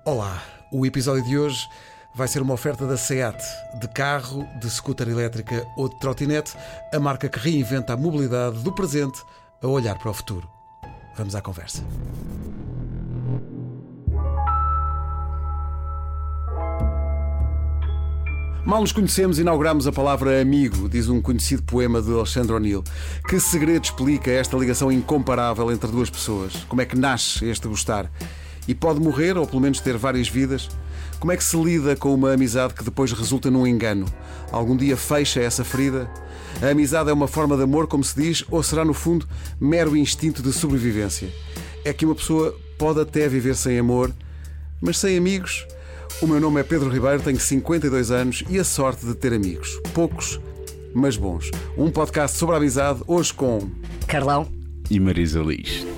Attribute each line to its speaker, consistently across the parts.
Speaker 1: Olá, o episódio de hoje vai ser uma oferta da SEAT, de carro, de scooter elétrica ou de trotinete, a marca que reinventa a mobilidade do presente a olhar para o futuro. Vamos à conversa. Mal nos conhecemos, inauguramos a palavra amigo, diz um conhecido poema de Alexandre O'Neill. Que segredo explica esta ligação incomparável entre duas pessoas? Como é que nasce este gostar? E pode morrer, ou pelo menos ter várias vidas? Como é que se lida com uma amizade que depois resulta num engano? Algum dia fecha essa ferida? A amizade é uma forma de amor, como se diz, ou será, no fundo, mero instinto de sobrevivência? É que uma pessoa pode até viver sem amor, mas sem amigos? O meu nome é Pedro Ribeiro, tenho 52 anos e a sorte de ter amigos. Poucos, mas bons. Um podcast sobre a amizade, hoje com...
Speaker 2: Carlão
Speaker 3: e Marisa Liz.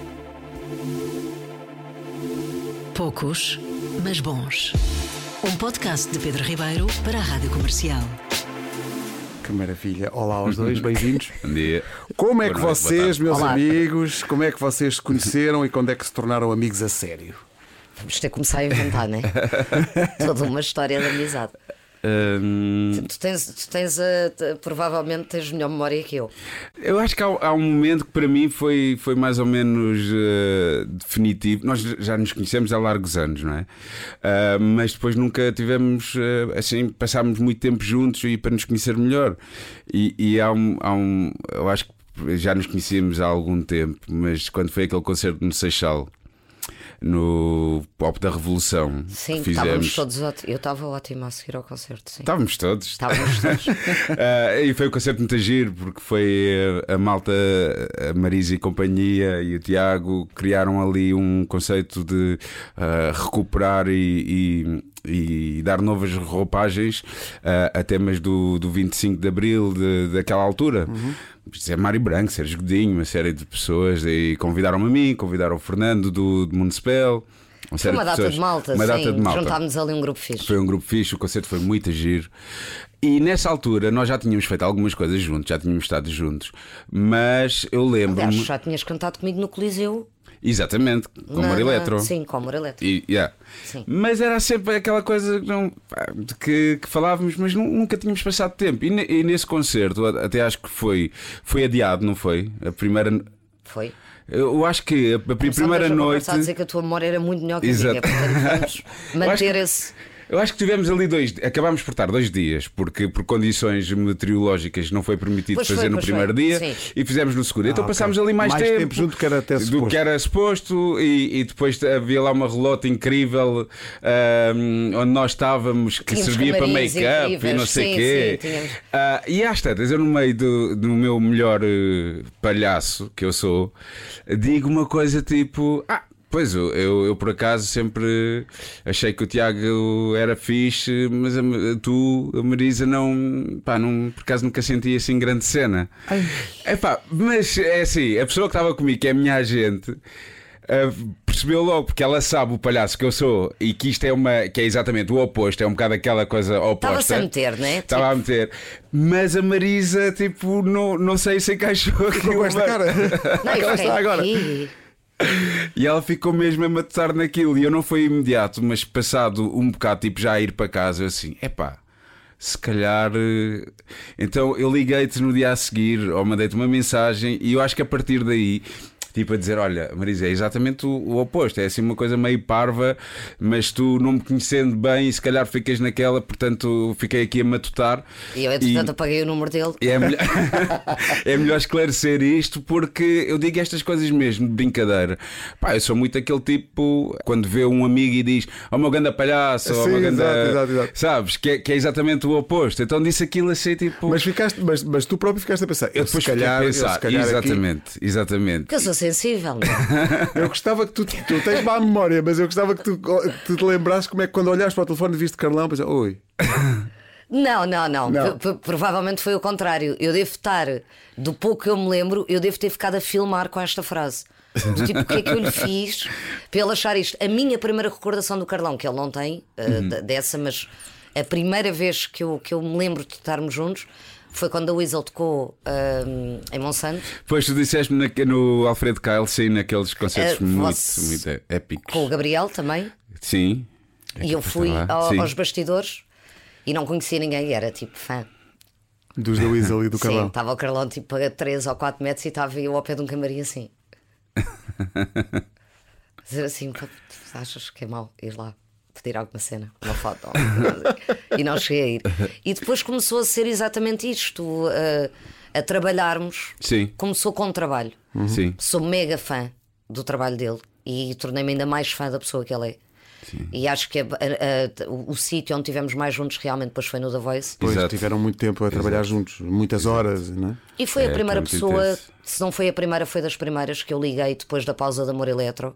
Speaker 2: Poucos, mas bons. Um podcast de Pedro Ribeiro para a Rádio Comercial.
Speaker 1: Que maravilha. Olá aos dois, bem-vindos.
Speaker 3: Bom dia.
Speaker 1: Como é que vocês, meus
Speaker 2: Olá.
Speaker 1: amigos, como é que vocês se conheceram e quando é que se tornaram amigos a sério?
Speaker 2: Vamos ter que começar a inventar, não é? Toda uma história de amizade. Provavelmente tens melhor memória que eu.
Speaker 3: Eu acho que há um momento que para mim foi mais ou menos definitivo. Nós já nos conhecemos há largos anos, não é? Mas depois nunca tivemos assim, passámos muito tempo juntos e para nos conhecer melhor. E há um eu acho que já nos conhecíamos há algum tempo, mas quando foi aquele concerto no Seixal, no Pop da Revolução,
Speaker 2: sim,
Speaker 3: que fizemos.
Speaker 2: Estávamos todos. Eu estava ótima a seguir ao concerto. Sim.
Speaker 3: Estávamos todos.
Speaker 2: Estávamos.
Speaker 3: E foi um concerto muito giro, porque foi a malta, a Marisa e companhia e o Tiago criaram ali um conceito de recuperar e dar novas roupagens a temas do 25 de Abril daquela altura. Zé Mário Branco, Sérgio Godinho, uma série de pessoas, e convidaram-me a mim, convidaram o Fernando do Municipal.
Speaker 2: Foi uma data de malta,
Speaker 3: uma data de malta.
Speaker 2: Juntámos ali um grupo fixe.
Speaker 3: Foi um grupo fixe, o concerto foi muito giro. E nessa altura nós já tínhamos feito algumas coisas juntos, já tínhamos estado juntos. Mas eu lembro-me.
Speaker 2: Aliás, já tinhas cantado comigo no Coliseu.
Speaker 3: Exatamente, com o Amor Eletro.
Speaker 2: Sim, com o Amor Eletro.
Speaker 3: Sim. Mas era sempre aquela coisa de que falávamos, mas nunca tínhamos passado tempo. E nesse concerto, até acho que foi adiado, não foi? A primeira.
Speaker 2: Foi.
Speaker 3: Eu acho que a primeira noite.
Speaker 2: A dizer que a tua memória era muito melhor que a
Speaker 3: Exato.
Speaker 2: minha, portanto vamos manter esse.
Speaker 3: Eu acho que tivemos ali acabámos por estar 2 dias, porque por condições meteorológicas não foi permitido fazer no primeiro dia.
Speaker 2: Sim.
Speaker 3: E fizemos no segundo. Então passámos ali mais tempo
Speaker 1: junto que era até suposto.
Speaker 3: do que era suposto, e depois havia lá uma relota incrível onde nós estávamos, que
Speaker 2: Tínhamos
Speaker 3: servia para make-up e não sei o quê. E às tantas, eu no meio do meu melhor palhaço que eu sou, digo uma coisa tipo: pois, eu por acaso sempre achei que o Tiago era fixe, mas a Marisa não, por acaso nunca senti assim grande cena. Mas é assim, a pessoa que estava comigo, que é a minha agente, percebeu logo, porque ela sabe o palhaço que eu sou e que isto que é exatamente o oposto, é um bocado aquela coisa oposta.
Speaker 2: Estava-se a meter, não é?
Speaker 3: Estava a meter. Mas a Marisa, tipo, não sei se encaixou aqui
Speaker 1: com esta cara.
Speaker 2: Não, eu fiquei
Speaker 1: agora.
Speaker 3: E ela ficou mesmo a matutar naquilo. E eu não foi imediato, mas passado um bocado, tipo, já a ir para casa, eu assim, se calhar. Então eu liguei-te no dia a seguir, ou mandei-te uma mensagem, e eu acho que a partir daí, tipo, a dizer: olha, Marisa, é exatamente o oposto. É assim uma coisa meio parva, mas tu, não me conhecendo bem, se calhar ficas naquela. Portanto, fiquei aqui a matutar.
Speaker 2: E eu, entretanto, apaguei o número dele.
Speaker 3: É melhor esclarecer isto, porque eu digo estas coisas mesmo de brincadeira. Eu sou muito aquele tipo, quando vê um amigo e diz: oh, meu ganda palhaço,
Speaker 1: sim,
Speaker 3: ou meu ganda.
Speaker 1: Exato.
Speaker 3: Sabes? Que é exatamente o oposto. Então disse aquilo assim, tipo.
Speaker 1: Mas tu próprio ficaste a pensar:
Speaker 3: eu depois
Speaker 1: se calhar,
Speaker 3: exatamente.
Speaker 2: Porque eu sou sensível, não é?
Speaker 1: Eu gostava que tu tens má memória, mas eu gostava que tu te lembrasses como é que quando olhaste para o telefone e viste Carlão, pensas: oi.
Speaker 2: Não. Provavelmente foi o contrário. Eu devo estar, do pouco que eu me lembro, eu devo ter ficado a filmar com esta frase. Do tipo, o que é que eu lhe fiz para ele achar isto? A minha primeira recordação do Carlão, que ele não tem dessa, mas a primeira vez que eu me lembro de estarmos juntos foi quando a Weasel tocou em Monsanto.
Speaker 3: Pois tu disseste-me no Alfredo Kyle, sim, naqueles concertos muito épicos.
Speaker 2: Com o Gabriel também.
Speaker 3: Sim.
Speaker 2: E eu fui aos bastidores e não conhecia ninguém, era tipo fã.
Speaker 1: Dos da Weasel e do Carlão.
Speaker 2: Sim, estava o Carlão tipo a 3 ou 4 metros e estava eu ao pé de um camarim assim. Dizer assim, achas que é mau ir lá pedir alguma cena, uma foto? E não cheguei a ir. E depois começou a ser exatamente isto, a trabalharmos.
Speaker 3: Sim.
Speaker 2: Começou com o trabalho.
Speaker 3: Sim.
Speaker 2: Sou mega fã do trabalho dele e tornei-me ainda mais fã da pessoa que ele é.
Speaker 3: Sim.
Speaker 2: E acho que o sítio onde tivemos mais juntos realmente depois foi no The Voice.
Speaker 1: Pois,
Speaker 3: Exato.
Speaker 1: tiveram muito tempo a trabalhar juntos, muitas horas, não é?
Speaker 2: E foi a primeira
Speaker 3: muito
Speaker 2: pessoa,
Speaker 3: intenso.
Speaker 2: se não foi a primeira, foi das primeiras que eu liguei depois da pausa de Amor Eletro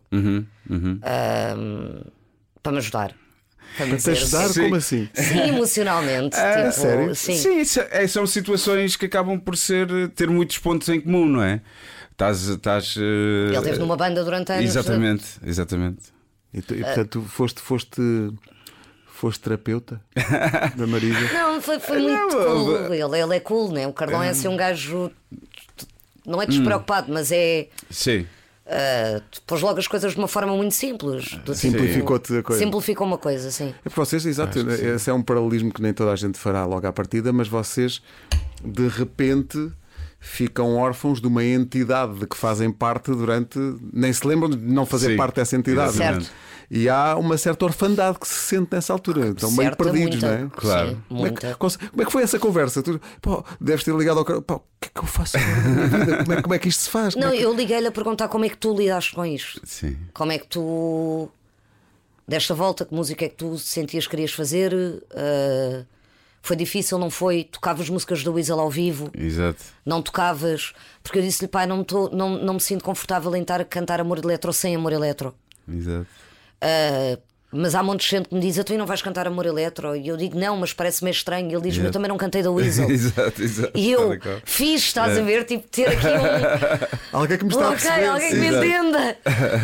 Speaker 2: para me ajudar. Para me
Speaker 1: Para te ajudar,
Speaker 3: Sim.
Speaker 1: como assim?
Speaker 2: Sim, emocionalmente. Tipo,
Speaker 1: sério?
Speaker 2: Sim.
Speaker 3: Sim, são situações que acabam por ter muitos pontos em comum, não é?
Speaker 2: Ele esteve numa banda durante anos.
Speaker 3: Exatamente.
Speaker 1: E portanto, foste terapeuta da Marisa?
Speaker 2: Não, foi muito cool. Ele é cool, né? O Carlão é assim um gajo. Não é despreocupado, mas é.
Speaker 3: Sim.
Speaker 2: Pôs logo as coisas de uma forma muito simples.
Speaker 1: Simplificou-te a coisa.
Speaker 2: Simplificou uma coisa, sim.
Speaker 1: É para vocês, exato. Esse é um paralelismo que nem toda a gente fará logo à partida, mas vocês de repente ficam órfãos de uma entidade de que fazem parte durante. Nem se lembram de não fazer parte dessa entidade.
Speaker 2: Certo.
Speaker 1: E há uma certa orfandade que se sente nessa altura. Estão meio
Speaker 2: Certa,
Speaker 1: perdidos,
Speaker 2: muita,
Speaker 1: não é?
Speaker 3: Claro.
Speaker 2: Sim,
Speaker 1: Como é,
Speaker 2: muita.
Speaker 1: como é que foi essa conversa? Tu, deves ter ligado ao cara. O que é que eu faço agora na minha vida? Como é que isto se faz?
Speaker 2: Não, eu liguei-lhe a perguntar como é que tu lidaste com isto.
Speaker 3: Sim.
Speaker 2: Como é que tu desta volta, que música é que tu sentias que querias fazer? Foi difícil, não foi? Tocavas músicas da Weasel ao vivo?
Speaker 3: Exato.
Speaker 2: Não tocavas? Porque eu disse-lhe, pai, não me sinto confortável em estar a cantar Amor Eletro sem Amor Eletro.
Speaker 3: Exato.
Speaker 2: Mas há monte de gente que me diz, tu não vais cantar Amor Eletro? E eu digo, não, mas parece meio estranho. E ele diz-me, eu também não cantei da Weasel.
Speaker 3: Exato.
Speaker 2: E eu fiz, estás a ver? Tipo, ter aqui
Speaker 1: Alguém que me está a perceber.
Speaker 2: alguém que me entenda.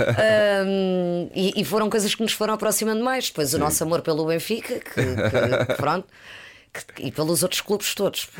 Speaker 2: E foram coisas que nos foram aproximando mais. Depois o nosso amor pelo Benfica, que pronto. E pelos outros clubes todos.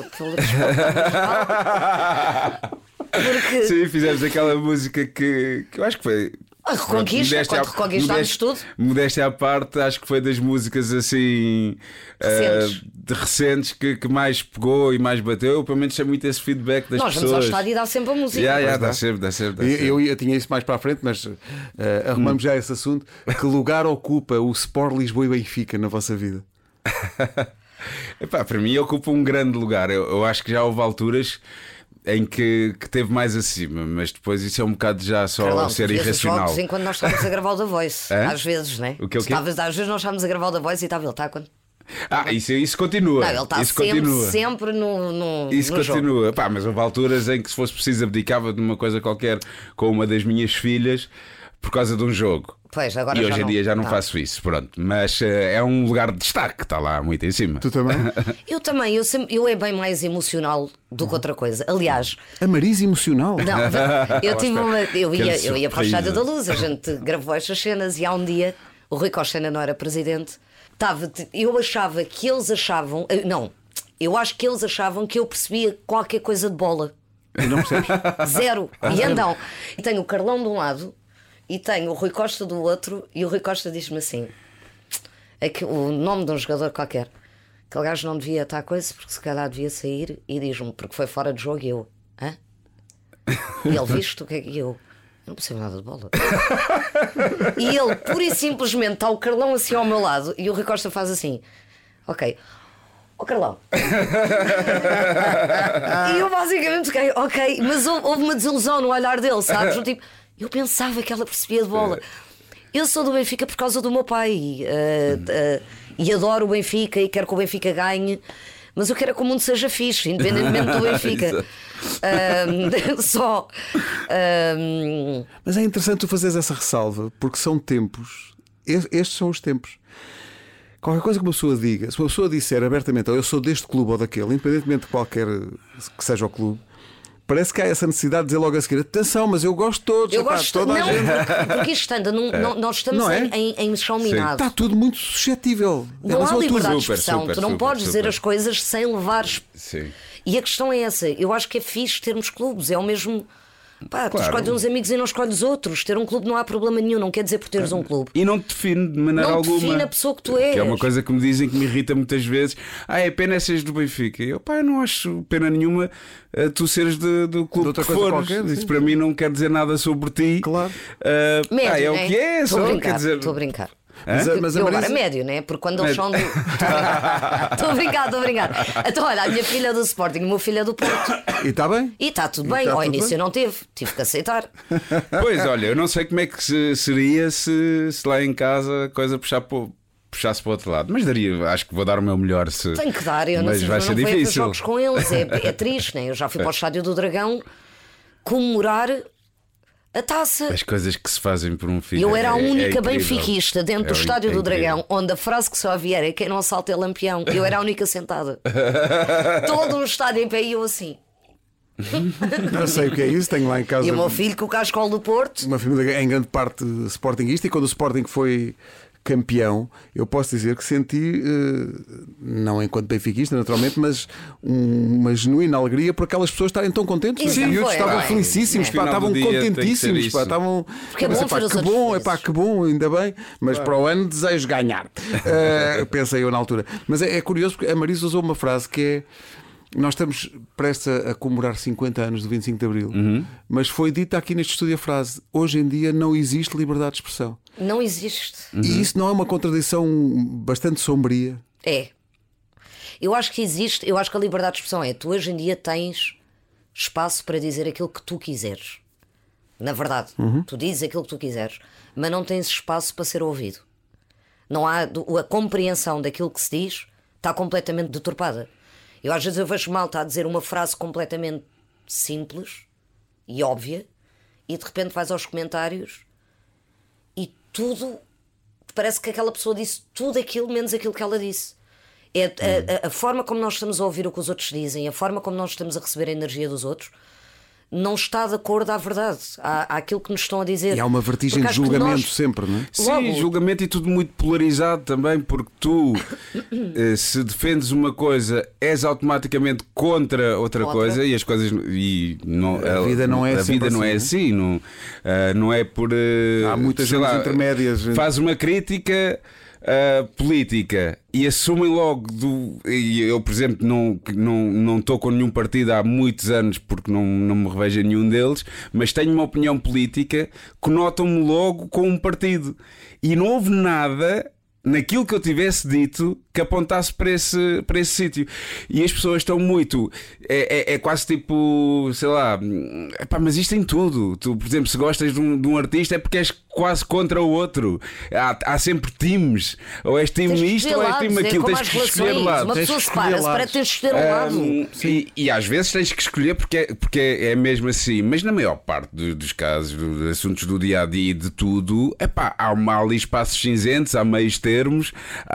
Speaker 2: Porque...
Speaker 3: Sim, fizemos aquela música que eu acho que foi.
Speaker 2: A Reconquista, quando reconquistámos tudo.
Speaker 3: Modéstia à parte, acho que foi das músicas assim recentes que mais pegou e mais bateu. Pelo menos é muito esse feedback das
Speaker 2: pessoas. Nós vamos ao estádio e dá sempre a música.
Speaker 3: Dá sempre.
Speaker 1: Eu tinha isso mais para a frente, mas arrumamos já esse assunto. Que lugar ocupa o Sport Lisboa e Benfica na vossa vida?
Speaker 3: Epá, para mim ocupa um grande lugar. Eu acho que já houve alturas em que teve mais acima, mas depois isso é um bocado já só
Speaker 2: Carlão,
Speaker 3: ser irracional.
Speaker 2: Jogos enquanto nós estávamos a gravar o The Voice. Às vezes, né?
Speaker 3: O que?
Speaker 2: Às vezes nós estávamos a gravar o The Voice e estava ele, está quando?
Speaker 3: Isso continua.
Speaker 2: Não, ele está sempre no.
Speaker 3: Isso
Speaker 2: no
Speaker 3: continua. Pá, mas houve alturas em que, se fosse preciso, abdicava de uma coisa qualquer com uma das minhas filhas por causa de um jogo.
Speaker 2: Pois, agora
Speaker 3: e hoje em dia já não faço isso, pronto. Mas é um lugar de destaque, está lá muito em cima.
Speaker 1: Tu também?
Speaker 2: Eu também, eu é bem mais emocional do que outra coisa. Aliás,
Speaker 1: a Marisa emocional?
Speaker 2: Não, eu tive eu ia para o Estádio da Luz, a gente gravou estas cenas e há um dia o Rui Costa ainda não era presidente. Eu achava que eles achavam. Não, eu acho que eles achavam que eu percebia qualquer coisa de bola.
Speaker 1: E não percebes?
Speaker 2: Zero. E então, e tenho o Carlão de um lado e tenho o Rui Costa do outro, e o Rui Costa diz-me assim: é que o nome de um jogador qualquer, aquele gajo não devia estar a coisa, porque se calhar devia sair, e diz-me, porque foi fora de jogo, e eu, hã? E ele, viste o que é que eu não percebo nada de bola. E ele, pura e simplesmente, está o Carlão assim ao meu lado, e o Rui Costa faz assim: ok, Carlão. E eu basicamente fiquei, ok, mas houve uma desilusão no olhar dele, sabes? Tipo, eu pensava que ela percebia de bola. Eu sou do Benfica por causa do meu pai e adoro o Benfica e quero que o Benfica ganhe, mas eu quero que o mundo seja fixe, independentemente do Benfica.
Speaker 1: Mas é interessante tu fazeres essa ressalva, porque são tempos, estes são os tempos. Qualquer coisa que uma pessoa diga, se uma pessoa disser abertamente, eu sou deste clube ou daquele, independentemente de qualquer que seja o clube, parece que há essa necessidade de dizer logo a seguir: atenção, mas eu gosto de todos.
Speaker 2: Eu gosto toda a gente. Porque isto anda, nós estamos em chão minado.
Speaker 1: Está tudo muito suscetível.
Speaker 2: Não há liberdade de expressão. Tu não podes dizer as coisas sem levares.
Speaker 3: Sim.
Speaker 2: E a questão é essa. Eu acho que é fixe termos clubes. É o mesmo. Pá, tu escolhes uns amigos e não escolhes outros. Ter um clube não há problema nenhum, não quer dizer por teres um clube.
Speaker 3: E não te define de maneira
Speaker 2: não
Speaker 3: alguma.
Speaker 2: Não define a pessoa que tu és.
Speaker 3: Que é uma coisa que me dizem que me irrita muitas vezes. É pena seres do Benfica. Eu não acho pena nenhuma tu seres do clube que fores.
Speaker 1: Qualquer,
Speaker 3: isso para mim não quer dizer nada sobre ti.
Speaker 1: Claro.
Speaker 2: Médio,
Speaker 3: o que é.
Speaker 2: Estou
Speaker 3: a brincar.
Speaker 2: Estou a brincar.
Speaker 1: Mas
Speaker 2: eu agora médio, né? Porque quando eles são do. Estou a brincar. Então, olha, a minha filha é do Sporting, o meu filho é do Porto.
Speaker 1: E está bem?
Speaker 2: E está tudo bem. Ao início não tive que aceitar.
Speaker 3: Pois, olha, eu não sei como é que seria se lá em casa a coisa puxasse para o outro lado. Mas acho que vou dar o meu melhor.
Speaker 2: Tenho que dar, eu
Speaker 3: mas
Speaker 2: não
Speaker 3: vai ser difícil.
Speaker 2: Jogos com eles, é triste, né? Eu já fui para o Estádio do Dragão comemorar a taça.
Speaker 3: As coisas que se fazem por um filho.
Speaker 2: Eu era a única benfiquista dentro do Estádio do Dragão, onde a frase que só havia era: quem não assalta é lampião. Eu era a única sentada. Todo o estádio em pé e eu assim.
Speaker 1: Não sei o que é isso, tenho lá em casa.
Speaker 2: E o meu filho com o cascol do Porto.
Speaker 1: Uma família em grande parte sportinguista, e quando o Sporting foi campeão, eu posso dizer que senti, não enquanto benfiquista naturalmente, mas uma genuína alegria por aquelas pessoas estarem tão contentes. Os miúdos estavam felicíssimos, estavam contentíssimos, estavam.
Speaker 2: Porque é bom,
Speaker 1: que bom, ainda bem, mas para o ano desejo ganhar. Pensei eu na altura. Mas é curioso porque a Marisa usou uma frase que é: nós estamos prestes a comemorar 50 anos do 25 de Abril, mas foi dita aqui neste estúdio a frase: hoje em dia não existe liberdade de expressão.
Speaker 2: Não existe.
Speaker 1: E isso não é uma contradição bastante sombria?
Speaker 2: É. Eu acho que existe, eu acho que a liberdade de expressão é: tu hoje em dia tens espaço para dizer aquilo que tu quiseres. Na verdade, tu dizes aquilo que tu quiseres, mas não tens espaço para ser ouvido. Não há, a compreensão daquilo que se diz está completamente deturpada. Eu às vezes vejo malta a dizer uma frase completamente simples e óbvia, e de repente vais aos comentários e tudo, parece que aquela pessoa disse tudo aquilo menos aquilo que ela disse. A forma como nós estamos a ouvir o que os outros dizem, a forma como nós estamos a receber a energia dos outros, não está de acordo à verdade, àquilo que nos estão a dizer.
Speaker 1: E há uma vertigem de julgamento sempre, não é?
Speaker 3: Sim, julgamento e tudo muito polarizado também, porque tu, se defendes uma coisa, és automaticamente contra outra coisa, e as coisas.
Speaker 1: A vida não é
Speaker 3: a vida não é assim, não é por.
Speaker 1: Há muitas coisas intermédias.
Speaker 3: Faz uma crítica política e assumem logo eu, por exemplo, não estou com nenhum partido há muitos anos porque não me revejo em nenhum deles, mas tenho uma opinião política, conotam-me logo com um partido, e não houve nada naquilo que eu tivesse dito que apontasse para esse sítio. E as pessoas estão muito. É quase tipo, sei lá, mas isto em tudo. Tu, por exemplo, se gostas de um artista é porque és quase contra o outro. Há sempre times. Ou és time isto ou és time aquilo. Tens que escolher lado.
Speaker 2: Uma pessoa separa-se para ter de escolher um lado.
Speaker 3: E às vezes tens que escolher porque é mesmo assim. Mas na maior parte dos casos, dos assuntos do dia a dia, de tudo, há ali espaços cinzentos, há meios termos,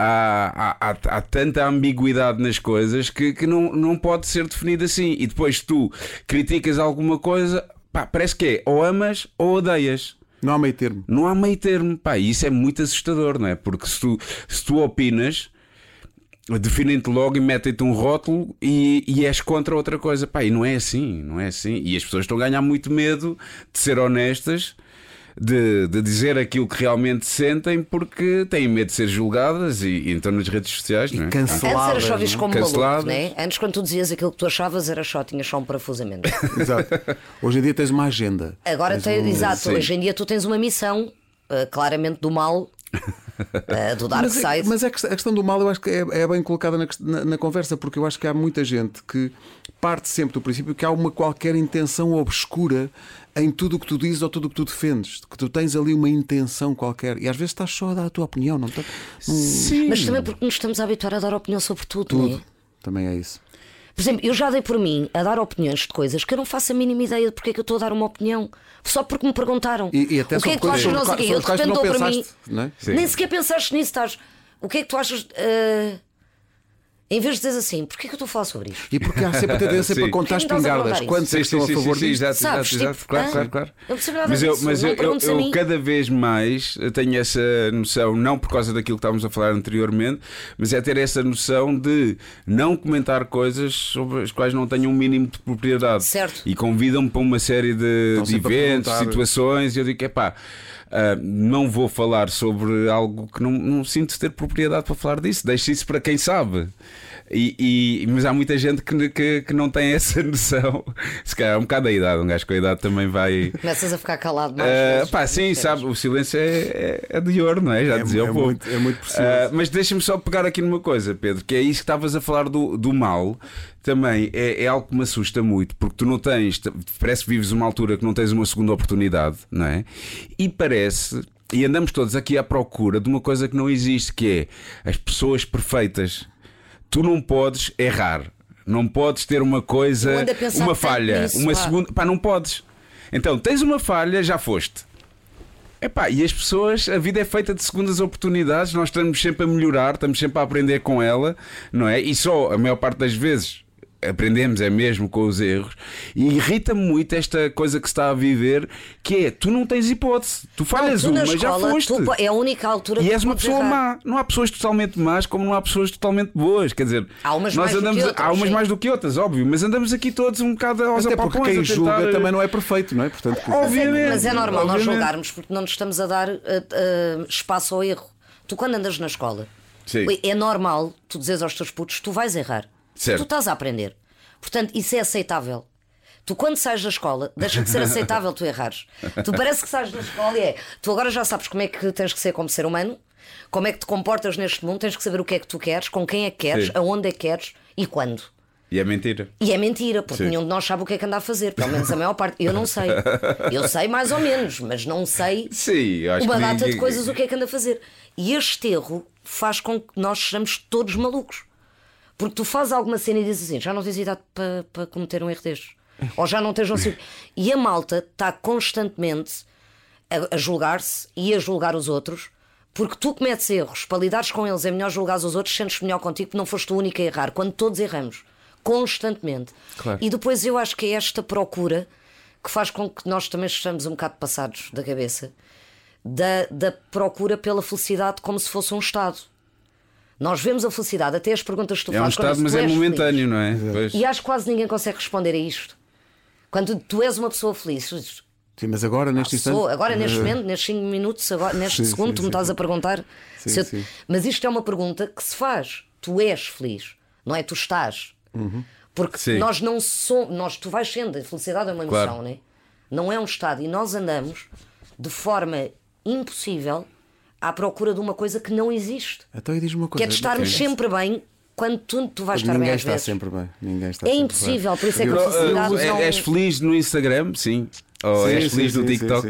Speaker 3: há tanta ambiguidade nas coisas que não pode ser definido assim. E depois tu criticas alguma coisa, parece que é ou amas ou odeias.
Speaker 1: Não há meio termo.
Speaker 3: Não há meio termo. E isso é muito assustador, não é? Porque se tu opinas, definem-te logo e metem-te um rótulo e és contra outra coisa. E não é assim, não é assim. E as pessoas estão a ganhar muito medo de ser honestas, de dizer aquilo que realmente sentem, porque têm medo de ser julgadas e então nas redes sociais, não é?
Speaker 1: Canceladas.
Speaker 2: Antes era só visto como maluco, não é? Antes, quando tu dizias aquilo que tu achavas, tinhas só um parafusamento.
Speaker 1: Exato. Hoje em dia tens uma agenda.
Speaker 2: Agora exato, hoje em dia tu tens uma missão, claramente do mal. Do Dark Side.
Speaker 1: Mas a questão do mal eu acho que é bem colocada na conversa, porque eu acho que há muita gente que parte sempre do princípio que há uma qualquer intenção obscura em tudo o que tu dizes ou tudo o que tu defendes, que tu tens ali uma intenção qualquer, e às vezes estás só a dar a tua opinião, não está?
Speaker 2: Sim. Mas também porque nos estamos a habituar a dar opinião sobre tudo. Não é?
Speaker 1: Também é isso.
Speaker 2: Por exemplo, eu já dei por mim a dar opiniões de coisas que eu não faço a mínima ideia de porque é que eu estou a dar uma opinião, só porque me perguntaram
Speaker 1: e até
Speaker 2: o que é que tu achas, não sei o quê. Eu de repente dou para mim,
Speaker 1: não é?
Speaker 2: Nem sequer pensaste nisso, estás. O que é que tu achas? Em vez de dizer assim, porquê que eu estou a falar sobre isto?
Speaker 1: E porque há sempre a tendência para contar espingardas. Quantos estão a favor disto?
Speaker 3: Exato. Claro. Mas eu cada vez mais tenho essa noção, não por causa daquilo que estávamos a falar anteriormente, mas é ter essa noção de não comentar coisas sobre as quais não tenho um mínimo de propriedade.
Speaker 2: Certo.
Speaker 3: E convidam-me para uma série de eventos, situações, e eu digo, não vou falar sobre algo que não sinto ter propriedade para falar disso. Deixo isso para quem sabe. Mas há muita gente que não tem essa noção. Se calhar é um bocado da idade. Um gajo com a idade também vai.
Speaker 2: Começas a ficar calado mais.
Speaker 3: Sim, sabe, o silêncio é de ouro, não é? Já dizia o povo.
Speaker 1: É muito precioso.
Speaker 3: Mas deixa-me só pegar aqui numa coisa, Pedro, que é isso que estavas a falar do mal. Também é algo que me assusta muito, porque tu não tens, parece que vives uma altura que não tens uma segunda oportunidade, não é? E andamos todos aqui à procura de uma coisa que não existe, que é as pessoas perfeitas. Tu não podes errar, não podes ter uma coisa, uma falha, uma segunda, não podes. Então tens uma falha, já foste. E as pessoas, a vida é feita de segundas oportunidades, nós estamos sempre a melhorar, estamos sempre a aprender com ela, não é? E só a maior parte das vezes aprendemos mesmo com os erros. E irrita-me muito esta coisa que se está a viver, que é, tu não tens hipótese, tu falhas uma, já foste.
Speaker 2: É a única altura
Speaker 3: e és uma pessoa má. Não há pessoas totalmente más, como não há pessoas totalmente boas. Quer dizer,
Speaker 2: há umas mais
Speaker 3: do que outras, óbvio, mas andamos aqui todos um bocado aos apalpões.
Speaker 1: Porque quem julga também não é perfeito, não é? Portanto,
Speaker 3: obviamente,
Speaker 2: mas é normal nós julgarmos, porque não nos estamos a dar espaço ao erro. Tu, quando andas na escola, é normal tu dizeres aos teus putos, tu vais errar.
Speaker 3: Certo.
Speaker 2: Tu estás a aprender. Portanto, isso é aceitável. Tu, quando sais da escola, deixa de ser aceitável tu errares. Tu parece que sais da escola e tu agora já sabes como é que tens que ser como ser humano, como é que te comportas neste mundo, tens que saber o que é que tu queres, com quem é que queres, aonde é que queres e quando.
Speaker 3: E é mentira.
Speaker 2: E é mentira, porque nenhum de nós sabe o que é que anda a fazer. Pelo menos a maior parte. Eu não sei. Eu sei mais ou menos, mas não sei uma data de coisas o que é que anda a fazer. E este erro faz com que nós sejamos todos malucos. Porque tu fazes alguma cena e dizes assim, já não tens idade para cometer um erro destes. Ou já não tens um ciclo. E a malta está constantemente a julgar-se e a julgar os outros, porque tu cometes erros. Para lidares com eles é melhor julgares os outros, sentes melhor contigo, porque não foste o único a errar. Quando todos erramos, constantemente.
Speaker 1: Claro.
Speaker 2: E depois eu acho que é esta procura que faz com que nós também estejamos um bocado passados da cabeça da procura pela felicidade como se fosse um estado. Nós vemos a felicidade, até as perguntas que tu fazes.
Speaker 3: É um estado, mas é momentâneo, não é?
Speaker 2: E acho que quase ninguém consegue responder a isto. Quando tu és uma pessoa feliz.
Speaker 1: Sim, mas agora, neste instante.
Speaker 2: Agora, neste momento, nestes 5 minutos, agora, neste segundo, tu me estás a perguntar. Mas isto é uma pergunta que se faz. Tu és feliz, não é? Tu estás. Porque nós não somos. Tu vais sendo. A felicidade é uma emoção, não é? Não é um estado. E nós andamos de forma impossível à procura de uma coisa que não existe.
Speaker 1: Então, diz-me uma coisa,
Speaker 2: que é de estarmos sempre bem quando tu vais estar bem às vezes.
Speaker 1: Ninguém está
Speaker 2: é
Speaker 1: sempre
Speaker 2: impossível,
Speaker 1: bem.
Speaker 2: por isso é que a felicidade não...
Speaker 3: És feliz no Instagram? Sim. Ou és feliz no TikTok?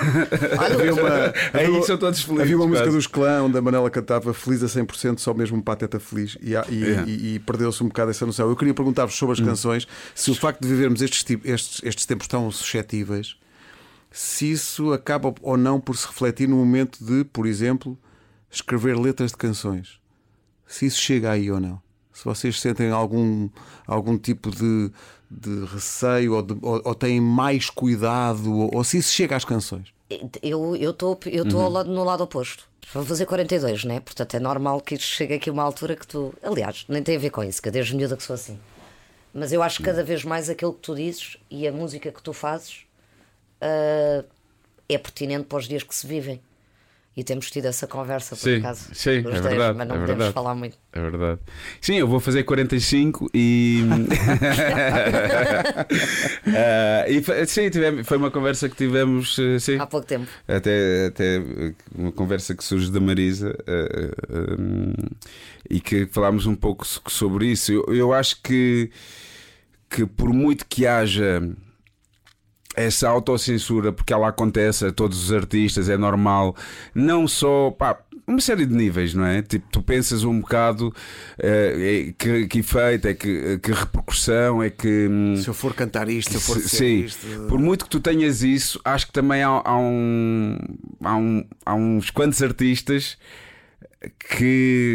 Speaker 3: Aí são todos felizes.
Speaker 1: Havia uma música dos Clã onde a Manela cantava feliz a 100%, só mesmo um pateta feliz. E perdeu-se um bocado essa noção. Eu queria perguntar-vos sobre as canções, se o facto de vivermos estes tempos tão suscetíveis, se isso acaba ou não por se refletir no momento de, por exemplo, escrever letras de canções. Se isso chega aí ou não. Se vocês sentem algum tipo de receio ou têm mais cuidado, ou se isso chega às canções.
Speaker 2: Eu estou no lado oposto. Vou fazer 42, né? Portanto é normal que isto chegue aqui a uma altura que tu... Aliás, nem tem a ver com isso, que eu desde miúda que sou assim. Mas eu acho que cada vez mais aquilo que tu dizes e a música que tu fazes é pertinente para os dias que se vivem. E temos tido essa conversa por acaso.
Speaker 3: Sim, é verdade.
Speaker 2: Mas não podemos falar muito.
Speaker 3: É verdade. Sim, eu vou fazer 45 e. Sim, foi uma conversa que tivemos
Speaker 2: há pouco tempo.
Speaker 3: Até uma conversa que surge da Marisa e que falámos um pouco sobre isso. Eu acho que por muito que haja essa autocensura, porque ela acontece a todos os artistas, é normal, não só uma série de níveis, não é? Tipo, tu pensas um bocado que efeito, que repercussão é que.
Speaker 1: Se eu for cantar isto, se eu for dizer isto.
Speaker 3: Por muito que tu tenhas isso, acho que também há uns quantos artistas que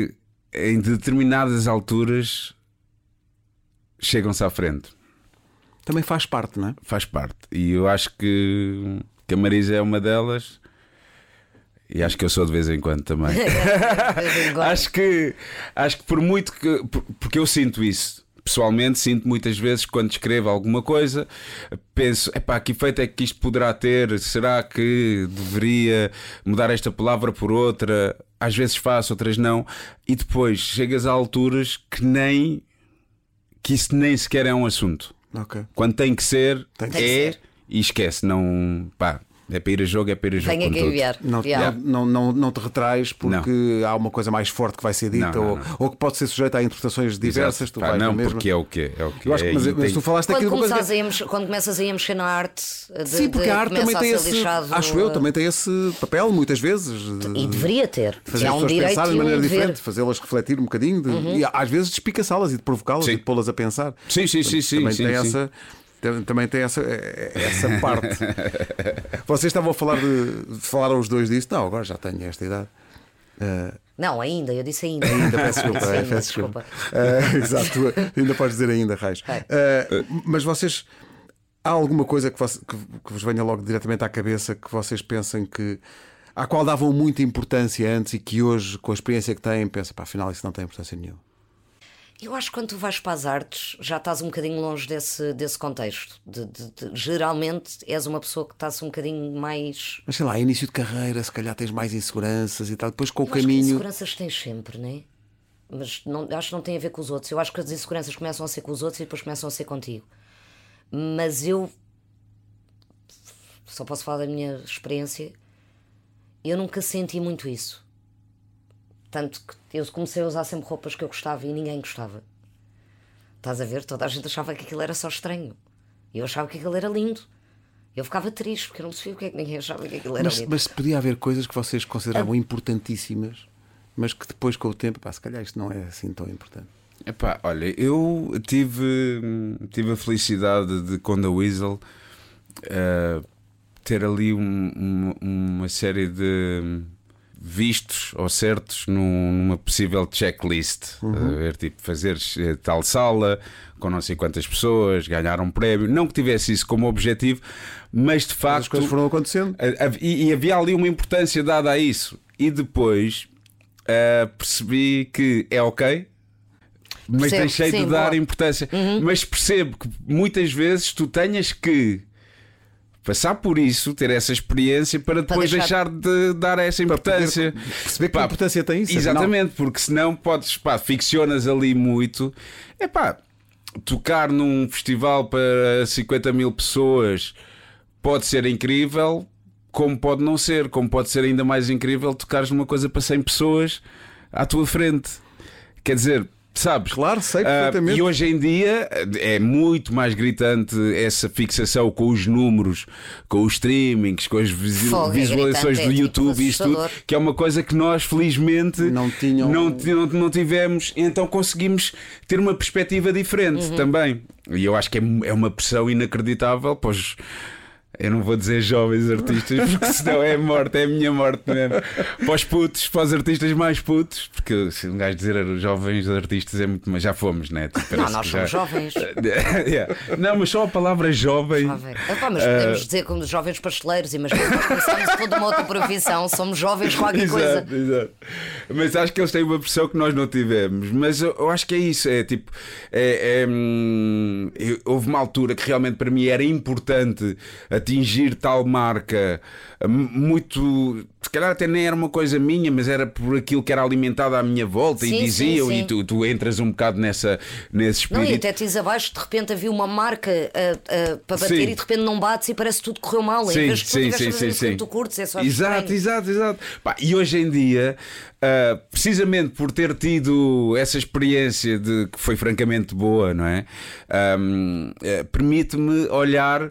Speaker 3: em determinadas alturas chegam-se à frente.
Speaker 1: Também faz parte, não é?
Speaker 3: Faz parte. E eu acho que a Marisa é uma delas. E acho que eu sou de vez em quando também. acho que por muito que. Porque eu sinto isso. Pessoalmente, sinto muitas vezes quando escrevo alguma coisa, penso: epá, que efeito é que isto poderá ter? Será que deveria mudar esta palavra por outra? Às vezes faço, outras não. E depois chegas a alturas que isso nem sequer é um assunto.
Speaker 1: Okay.
Speaker 3: Quando tem que ser,
Speaker 2: tem que ser.
Speaker 3: E esquece, não. Pá, é para ir a jogo, é para ir a jogo.
Speaker 2: Venha que enviar.
Speaker 1: Não te retrais porque há uma coisa mais forte que vai ser dita ou que pode ser sujeita a interpretações diversas. Tu vais
Speaker 3: não,
Speaker 1: mesmo.
Speaker 3: porque é o que é.
Speaker 1: Eu acho que, mas tu falaste aqui de uma coisa.
Speaker 2: Quando começas a mexer na arte,
Speaker 1: sim, porque a arte também tem esse. Acho eu, também tem esse papel, muitas vezes.
Speaker 2: E deveria ter.
Speaker 1: Fazer
Speaker 2: há
Speaker 1: as
Speaker 2: um
Speaker 1: pessoas
Speaker 2: direito
Speaker 1: pensarem de maneira
Speaker 2: dever.
Speaker 1: diferente, fazê-las refletir um bocadinho e às vezes despicaçá-las e de provocá-las e de pô-las a pensar.
Speaker 3: Sim.
Speaker 1: Também tem essa parte. Vocês estavam a falar falaram os dois disso? Não, agora já tenho esta idade.
Speaker 2: Não, ainda, eu disse ainda.
Speaker 1: Peço desculpa. Exato, ainda podes dizer ainda, Raios. Mas vocês, há alguma coisa que vos venha logo diretamente à cabeça que vocês pensem à qual davam muita importância antes e que hoje, com a experiência que têm, pensam, pá, afinal isso não tem importância nenhuma?
Speaker 2: Eu acho que quando tu vais para as artes já estás um bocadinho longe desse contexto. Geralmente és uma pessoa que estás um bocadinho mais.
Speaker 1: Mas sei lá, início de carreira, se calhar tens mais inseguranças e tal. Depois com o caminho.
Speaker 2: Acho que inseguranças tens sempre, não é? Mas acho que não tem a ver com os outros. Eu acho que as inseguranças começam a ser com os outros e depois começam a ser contigo. Mas eu só posso falar da minha experiência. Eu nunca senti muito isso. Tanto que eu comecei a usar sempre roupas que eu gostava e ninguém gostava. Estás a ver? Toda a gente achava que aquilo era só estranho. Eu achava que aquilo era lindo. Eu ficava triste porque eu não percebia porque é que ninguém achava que aquilo era lindo.
Speaker 1: Mas podia haver coisas que vocês consideravam importantíssimas, mas que depois com o tempo, pá, se calhar isto não é assim tão importante.
Speaker 3: Epá, olha, eu tive a felicidade de, com a Weasel, ter ali uma série de vistos ou certos numa possível checklist. Ver, tipo, fazer tal sala com não sei quantas pessoas, ganhar um prémio. Não que tivesse isso como objetivo, mas de facto
Speaker 1: as coisas foram acontecendo
Speaker 3: e havia ali uma importância dada a isso. E depois percebi que é ok, mas deixei de dar importância. Mas percebo que muitas vezes tu tenhas que passar por isso, ter essa experiência para depois deixar de dar essa importância.
Speaker 1: Perceber que importância tem isso.
Speaker 3: Exatamente, porque senão podes, ficcionas ali muito. Tocar num festival para 50 mil pessoas pode ser incrível, como pode não ser, como pode ser ainda mais incrível tocares numa coisa para 100 pessoas à tua frente. Quer dizer, sabes?
Speaker 1: Claro, sei perfeitamente.
Speaker 3: E hoje em dia é muito mais gritante essa fixação com os números, com os streamings, com as visualizações do YouTube e isto tudo, que é uma coisa que nós felizmente não tivemos, então conseguimos ter uma perspectiva diferente também. E eu acho que é uma pressão inacreditável, pois. Eu não vou dizer jovens artistas, porque senão é a morte, é a minha morte mesmo. Para os putos, para os artistas mais putos, porque se um gajo dizer jovens artistas é muito mais. Já fomos, né?
Speaker 2: Tipo, não, nós somos jovens.
Speaker 3: Não, mas só a palavra jovem.
Speaker 2: Mas podemos dizer como jovens pasteleiros, imagina, nós começamos toda uma outra profissão, somos jovens qualquer coisa.
Speaker 3: Exato. Mas acho que eles têm uma pressão que nós não tivemos. Mas eu acho que é isso. É tipo. Houve uma altura que realmente para mim era importante atingir tal marca muito, se calhar até nem era uma coisa minha, mas era por aquilo que era alimentado à minha volta. Sim, e diziam, sim. E tu entras um bocado nesse espírito.
Speaker 2: Não, e até te diz abaixo, de repente havia uma marca para bater, sim. E de repente não bates e parece que tudo correu mal.
Speaker 3: Sim,
Speaker 2: em vez de tu tivesse
Speaker 3: sim,
Speaker 2: fazer
Speaker 3: sim.
Speaker 2: Que tu curtes, é só
Speaker 3: exato. E hoje em dia, precisamente por ter tido essa experiência que foi francamente boa, não é? Permite-me olhar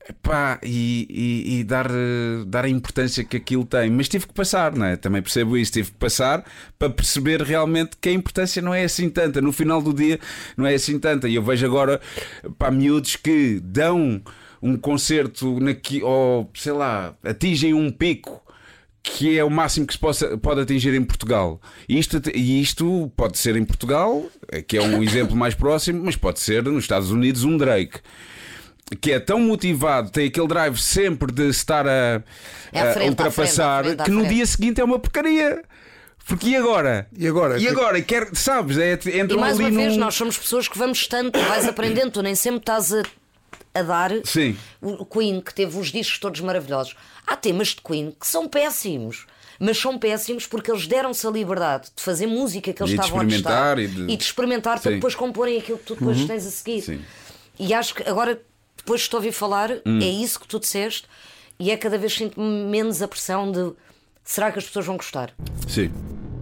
Speaker 3: e dar a importância que aquilo tem. Mas tive que passar, não é? Também percebo isso. Tive que passar para perceber realmente que a importância não é assim tanta. No final do dia não é assim tanta. E eu vejo agora miúdos que dão um concerto ou sei lá, atingem um pico que é o máximo que pode atingir em Portugal. E isto pode ser em Portugal, que é um exemplo mais próximo, mas pode ser nos Estados Unidos um Drake, que é tão motivado, tem aquele drive sempre de estar a ultrapassar, que no dia seguinte é uma porcaria. Porque e agora?
Speaker 1: E agora?
Speaker 3: Sabes?
Speaker 2: E mais uma vez, nós somos pessoas que vamos tanto, vais aprendendo, tu nem sempre estás a dar.
Speaker 3: Sim.
Speaker 2: O Queen, que teve os discos todos maravilhosos. Há temas de Queen que são péssimos. Mas são péssimos porque eles deram-se a liberdade de fazer música que eles estavam a testar e de experimentar para depois comporem aquilo que tu depois tens a seguir.
Speaker 3: Sim.
Speaker 2: E acho que agora, depois de te ouvir falar, é isso que tu disseste, e é cada vez sinto menos a pressão de será que as pessoas vão gostar?
Speaker 3: Sim.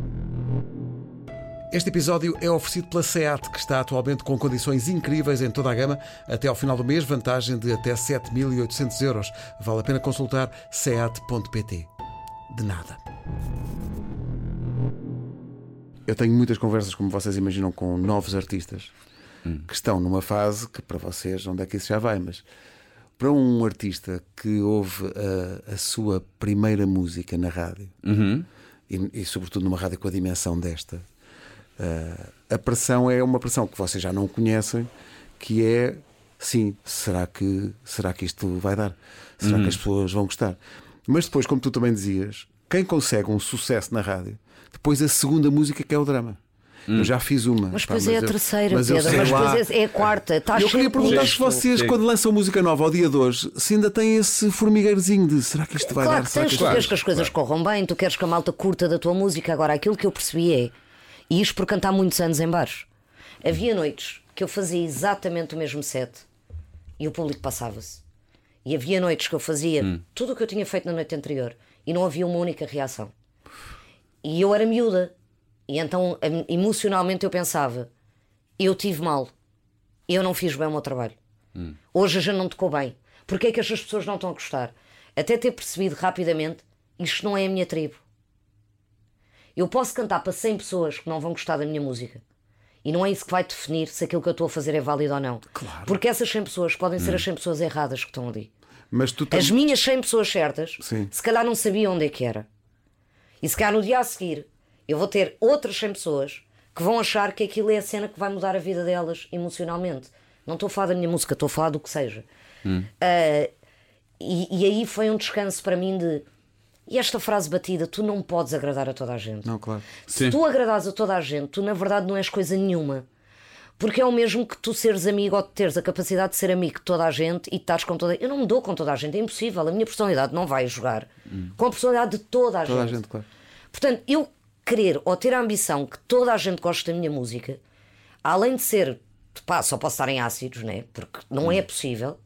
Speaker 1: Este episódio é oferecido pela SEAT, que está atualmente com condições incríveis em toda a gama. Até ao final do mês, vantagem de até 7.800 euros. Vale a pena consultar seat.pt. De nada. Eu tenho muitas conversas, como vocês imaginam, com novos artistas que estão numa fase que para vocês, onde é que isso já vai? Mas para um artista que ouve a sua primeira música na rádio e sobretudo numa rádio com a dimensão desta, a pressão é uma pressão que vocês já não conhecem, que é, sim, será que isto vai dar? Será que as pessoas vão gostar? Mas depois, como tu também dizias, quem consegue um sucesso na rádio, depois a segunda música que é o drama. Eu já fiz uma.
Speaker 2: Mas depois é a terceira,
Speaker 1: mas
Speaker 2: Pedro, mas depois é a quarta.
Speaker 1: Eu queria perguntar se vocês, quando lançam música nova ao dia de hoje, se ainda têm esse formigueirozinho de será que isto vai dar?
Speaker 2: Tu queres que as coisas corram bem, tu queres que a malta curta da tua música. Agora, aquilo que eu percebi é, e isto por cantar muitos anos em bares, havia noites que eu fazia exatamente o mesmo set e o público passava-se. E havia noites que eu fazia tudo o que eu tinha feito na noite anterior e não havia uma única reação. E eu era miúda. E então, emocionalmente, eu pensava, eu tive mal, eu não fiz bem o meu trabalho. Hoje a gente não tocou bem. Porquê é que estas pessoas não estão a gostar? Até ter percebido rapidamente, isto não é a minha tribo. Eu posso cantar para 100 pessoas que não vão gostar da minha música. E não é isso que vai definir se aquilo que eu estou a fazer é válido ou não.
Speaker 1: Claro.
Speaker 2: Porque essas 100 pessoas podem ser as 100 pessoas erradas que estão ali.
Speaker 1: Mas
Speaker 2: As minhas 100 pessoas certas,
Speaker 1: sim,
Speaker 2: se calhar não sabiam onde é que era. E se calhar no dia a seguir eu vou ter outras 100 pessoas que vão achar que aquilo é a cena que vai mudar a vida delas emocionalmente. Não estou a falar da minha música, estou a falar do que seja. E aí foi um descanso para mim de... E esta frase batida, tu não podes agradar a toda a gente.
Speaker 1: Não, claro.
Speaker 2: Se tu agradares a toda a gente, tu na verdade não és coisa nenhuma. Porque é o mesmo que tu seres amigo ou teres a capacidade de ser amigo de toda a gente e estares com toda a gente. Eu não me dou com toda a gente, é impossível. A minha personalidade não vai jogar com a personalidade de toda a gente.
Speaker 1: Toda a gente, claro.
Speaker 2: Portanto, eu querer ou ter a ambição que toda a gente goste da minha música, além de ser, só posso estar em ácidos, né? Porque não é possível,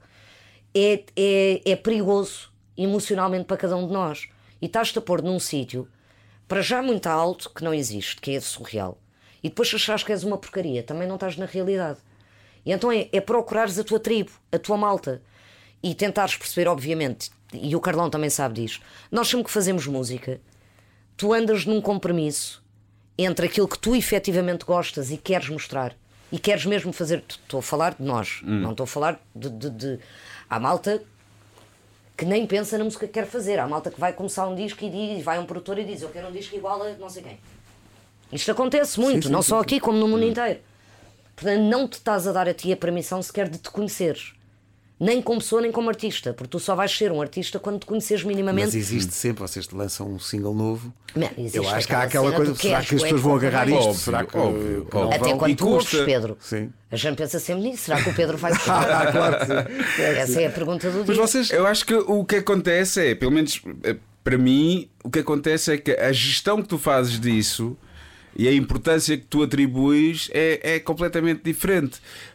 Speaker 2: é perigoso emocionalmente para cada um de nós. E estás-te a pôr num sítio para já muito alto que não existe, que é surreal. E depois achas que és uma porcaria, também não estás na realidade. E então é procurares a tua tribo, a tua malta, e tentares perceber, obviamente, e o Carlão também sabe disto, nós sempre que fazemos música, tu andas num compromisso entre aquilo que tu efetivamente gostas e queres mostrar e queres mesmo fazer. Estou a falar de nós, não estou a falar de há malta que nem pensa na música que quer fazer. Há malta que vai começar um disco e vai a um produtor e diz eu quero um disco igual a não sei quem. Isto acontece muito, não só aqui como no mundo inteiro. Portanto, não te estás a dar a ti a permissão sequer de te conheceres. Nem como pessoa, nem como artista. Porque tu só vais ser um artista quando te conheces minimamente.
Speaker 1: Mas existe sempre, vocês te lançam um single novo.
Speaker 2: Eu
Speaker 1: acho que há aquela coisa, será que as pessoas vão agarrar isto?
Speaker 3: Óbvio,
Speaker 1: Será que
Speaker 3: óbvio.
Speaker 2: Até quando tu ouves, Pedro.
Speaker 1: Sim.
Speaker 2: A gente pensa sempre nisso. Será que o Pedro vai gostar?
Speaker 1: Claro que sim.
Speaker 2: Essa é a pergunta do dia.
Speaker 1: Mas
Speaker 3: Eu acho que o que acontece é, pelo menos para mim, o que acontece é que a gestão que tu fazes disso e a importância que tu atribuis é completamente diferente.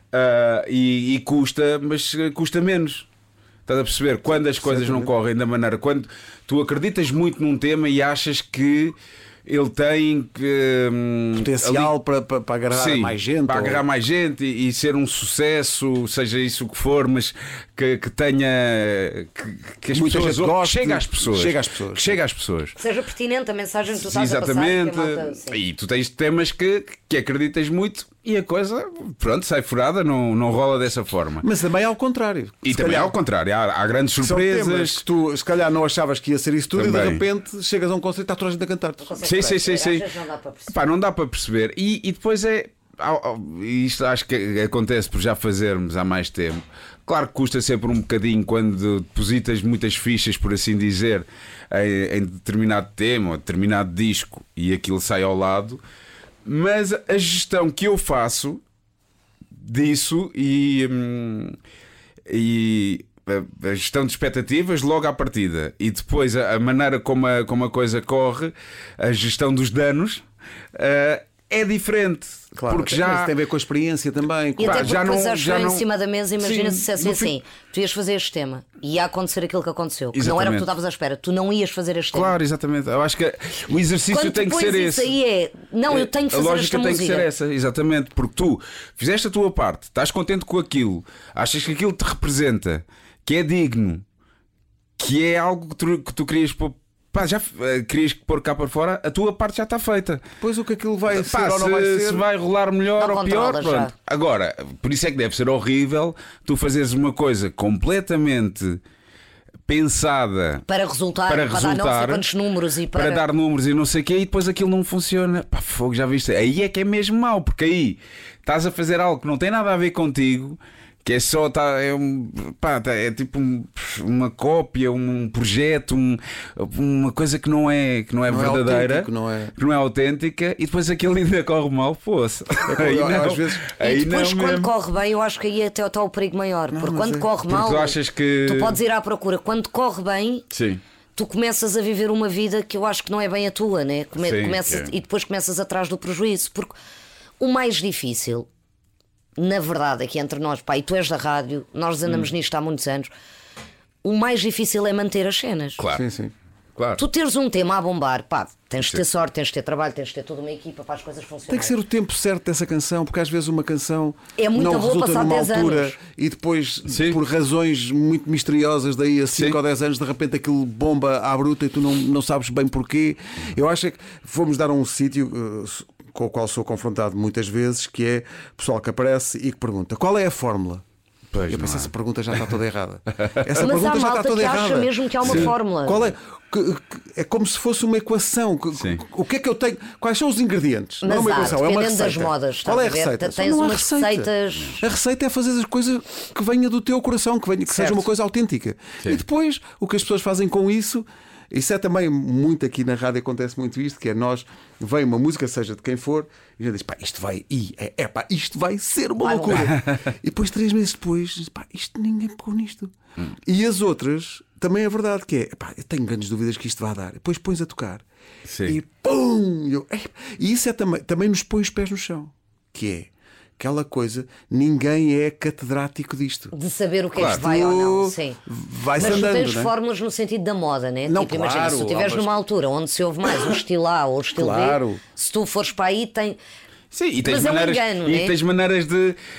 Speaker 3: E custa, mas custa menos. Estás a perceber? Quando as coisas não correm da maneira, quando tu acreditas muito num tema e achas que ele tem
Speaker 1: potencial para agarrar mais gente.
Speaker 3: Para agarrar mais gente e ser um sucesso, seja isso o que for, mas que tenha. Que as
Speaker 1: Muita
Speaker 3: pessoas
Speaker 1: gente goste,
Speaker 3: chega às pessoas.
Speaker 1: que chega às pessoas.
Speaker 2: Que seja pertinente a mensagem que tu estás
Speaker 3: Exatamente.
Speaker 2: a passar. Malta,
Speaker 3: e tu tens temas que acreditas muito e a coisa, pronto, sai furada, não rola dessa forma.
Speaker 1: Mas também ao contrário.
Speaker 3: E também ao contrário, há grandes surpresas.
Speaker 1: Que tu, se calhar, não achavas que ia ser isso tudo
Speaker 3: Também.
Speaker 1: e de repente chegas a um concerto e está toda a gente a cantar.
Speaker 3: Sim.
Speaker 2: Não dá para perceber.
Speaker 3: Pá, não dá para perceber. E depois e isto acho que acontece por já fazermos há mais tempo. Claro que custa sempre um bocadinho quando depositas muitas fichas, por assim dizer, em determinado tema ou determinado disco e aquilo sai ao lado. Mas a gestão que eu faço disso e a gestão de expectativas logo à partida e depois a maneira como a coisa corre, a gestão dos danos, é diferente.
Speaker 1: Claro,
Speaker 3: porque já
Speaker 1: tem a ver com a experiência também.
Speaker 2: E até porque
Speaker 3: já
Speaker 2: depois
Speaker 3: já
Speaker 2: em cima da mesa, imagina se dissessem
Speaker 3: no
Speaker 2: assim: tu ias fazer este tema e ia acontecer aquilo que aconteceu, que não era o que tu estavas à espera, tu não ias fazer este tema.
Speaker 3: Claro, exatamente. Eu acho que o exercício
Speaker 2: Quando
Speaker 3: tem que ser
Speaker 2: isso
Speaker 3: esse.
Speaker 2: Aí é, não, eu tenho que fazer
Speaker 3: a lógica
Speaker 2: esta
Speaker 3: tem
Speaker 2: música.
Speaker 3: que ser essa, exatamente. Porque tu fizeste a tua parte, estás contente com aquilo, achas que aquilo te representa, que é digno, que é algo que tu querias pôr. Pá, já querias pôr cá para fora, a tua parte já está feita.
Speaker 1: Pois o que aquilo vai ser
Speaker 3: Pá,
Speaker 1: ou não vai ser.
Speaker 3: Se vai rolar melhor
Speaker 2: Não
Speaker 3: ou pior,
Speaker 2: controlas
Speaker 3: pronto.
Speaker 2: já.
Speaker 3: Agora, por isso é que deve ser horrível tu fazeres uma coisa completamente pensada
Speaker 2: Para resultar, para dar não sei quantos números e
Speaker 3: para dar números e não sei o quê, e depois aquilo não funciona. Pá, fogo, já viste? Aí é que é mesmo mau, porque aí estás a fazer algo que não tem nada a ver contigo, que é só é tipo uma cópia, um projeto, uma coisa que não é verdadeira,
Speaker 1: autêntico, não é.
Speaker 3: que não é autêntica, e depois aquilo ainda corre mal, fosse. Aí não.
Speaker 1: Às vezes...
Speaker 2: E depois,
Speaker 3: não
Speaker 2: quando
Speaker 3: mesmo.
Speaker 2: corre bem, eu acho que aí até está o perigo maior. Porque quando corre mal,
Speaker 3: tu achas que...
Speaker 2: tu podes ir à procura. Quando corre bem,
Speaker 3: Sim.
Speaker 2: tu começas a viver uma vida que eu acho que não é bem a tua, né? E depois começas atrás do prejuízo. Porque o mais difícil, na verdade, aqui entre nós, pá, e tu és da rádio, nós andamos nisto há muitos anos, o mais difícil é manter as cenas.
Speaker 3: Claro.
Speaker 1: Sim.
Speaker 3: Claro.
Speaker 2: Tu teres um tema a bombar, pá, tens de ter sorte, tens de ter trabalho, tens de ter toda uma equipa para as coisas funcionarem.
Speaker 1: Tem que ser o tempo certo dessa canção, porque às vezes uma canção
Speaker 2: é muito
Speaker 1: não
Speaker 2: boa
Speaker 1: resulta
Speaker 2: passar
Speaker 1: numa
Speaker 2: 10
Speaker 1: altura
Speaker 2: anos.
Speaker 1: e depois,
Speaker 3: Sim.
Speaker 1: por razões muito misteriosas, daí a 5 ou 10 anos, de repente aquilo bomba à bruta e tu não sabes bem porquê. Eu acho que fomos dar a um sítio com o qual sou confrontado muitas vezes, que é pessoal que aparece e que pergunta: qual é a fórmula?
Speaker 3: Pois
Speaker 1: Eu penso,
Speaker 3: não é.
Speaker 1: essa pergunta já está toda errada. Essa
Speaker 2: Mas há
Speaker 1: pergunta já
Speaker 2: malta
Speaker 1: está toda
Speaker 2: que
Speaker 1: errada.
Speaker 2: acha mesmo que há uma fórmula.
Speaker 1: Qual é? É como se fosse uma equação.
Speaker 3: Sim.
Speaker 1: O que é que eu tenho? Quais são os ingredientes?
Speaker 2: Mas
Speaker 1: não é uma
Speaker 2: há,
Speaker 1: equação, é uma
Speaker 2: dependendo
Speaker 1: receita.
Speaker 2: das modas,
Speaker 1: Qual é a
Speaker 2: estás a ver?
Speaker 1: receita?
Speaker 2: Tens
Speaker 1: Não há
Speaker 2: umas receitas.
Speaker 1: A receita é fazer as coisas que venha do teu coração, que seja
Speaker 2: Certo.
Speaker 1: uma coisa autêntica.
Speaker 3: Sim.
Speaker 1: E depois, o que as pessoas fazem com isso. Isso é também muito aqui na rádio, acontece muito isto, que é vem uma música, seja de quem for, e já diz, pá, isto vai, isto vai ser uma loucura. E depois 3 meses depois, diz, pá, isto ninguém pegou nisto. E as outras, também é verdade, que é, pá, eu tenho grandes dúvidas que isto vai dar. Depois pões a tocar.
Speaker 3: Sim.
Speaker 1: E pum! E isso é também nos põe os pés no chão, que é aquela coisa, ninguém é catedrático disto.
Speaker 2: De saber o que é
Speaker 3: Claro.
Speaker 2: que vai ou não, sim.
Speaker 1: Vai-se
Speaker 2: Mas tu
Speaker 1: andando,
Speaker 2: tens
Speaker 1: não é?
Speaker 2: fórmulas no sentido da moda, né?
Speaker 1: Não,
Speaker 2: Tipo, imagina,
Speaker 1: claro,
Speaker 2: se tu estiveres
Speaker 1: mas-
Speaker 2: numa altura onde se ouve mais o estilo A ou o estilo
Speaker 1: Claro.
Speaker 2: B, se tu fores para aí, tem.
Speaker 3: Sim, e tens
Speaker 2: Mas é um
Speaker 3: maneiras,
Speaker 2: engano,
Speaker 3: e
Speaker 2: né?
Speaker 3: tens maneiras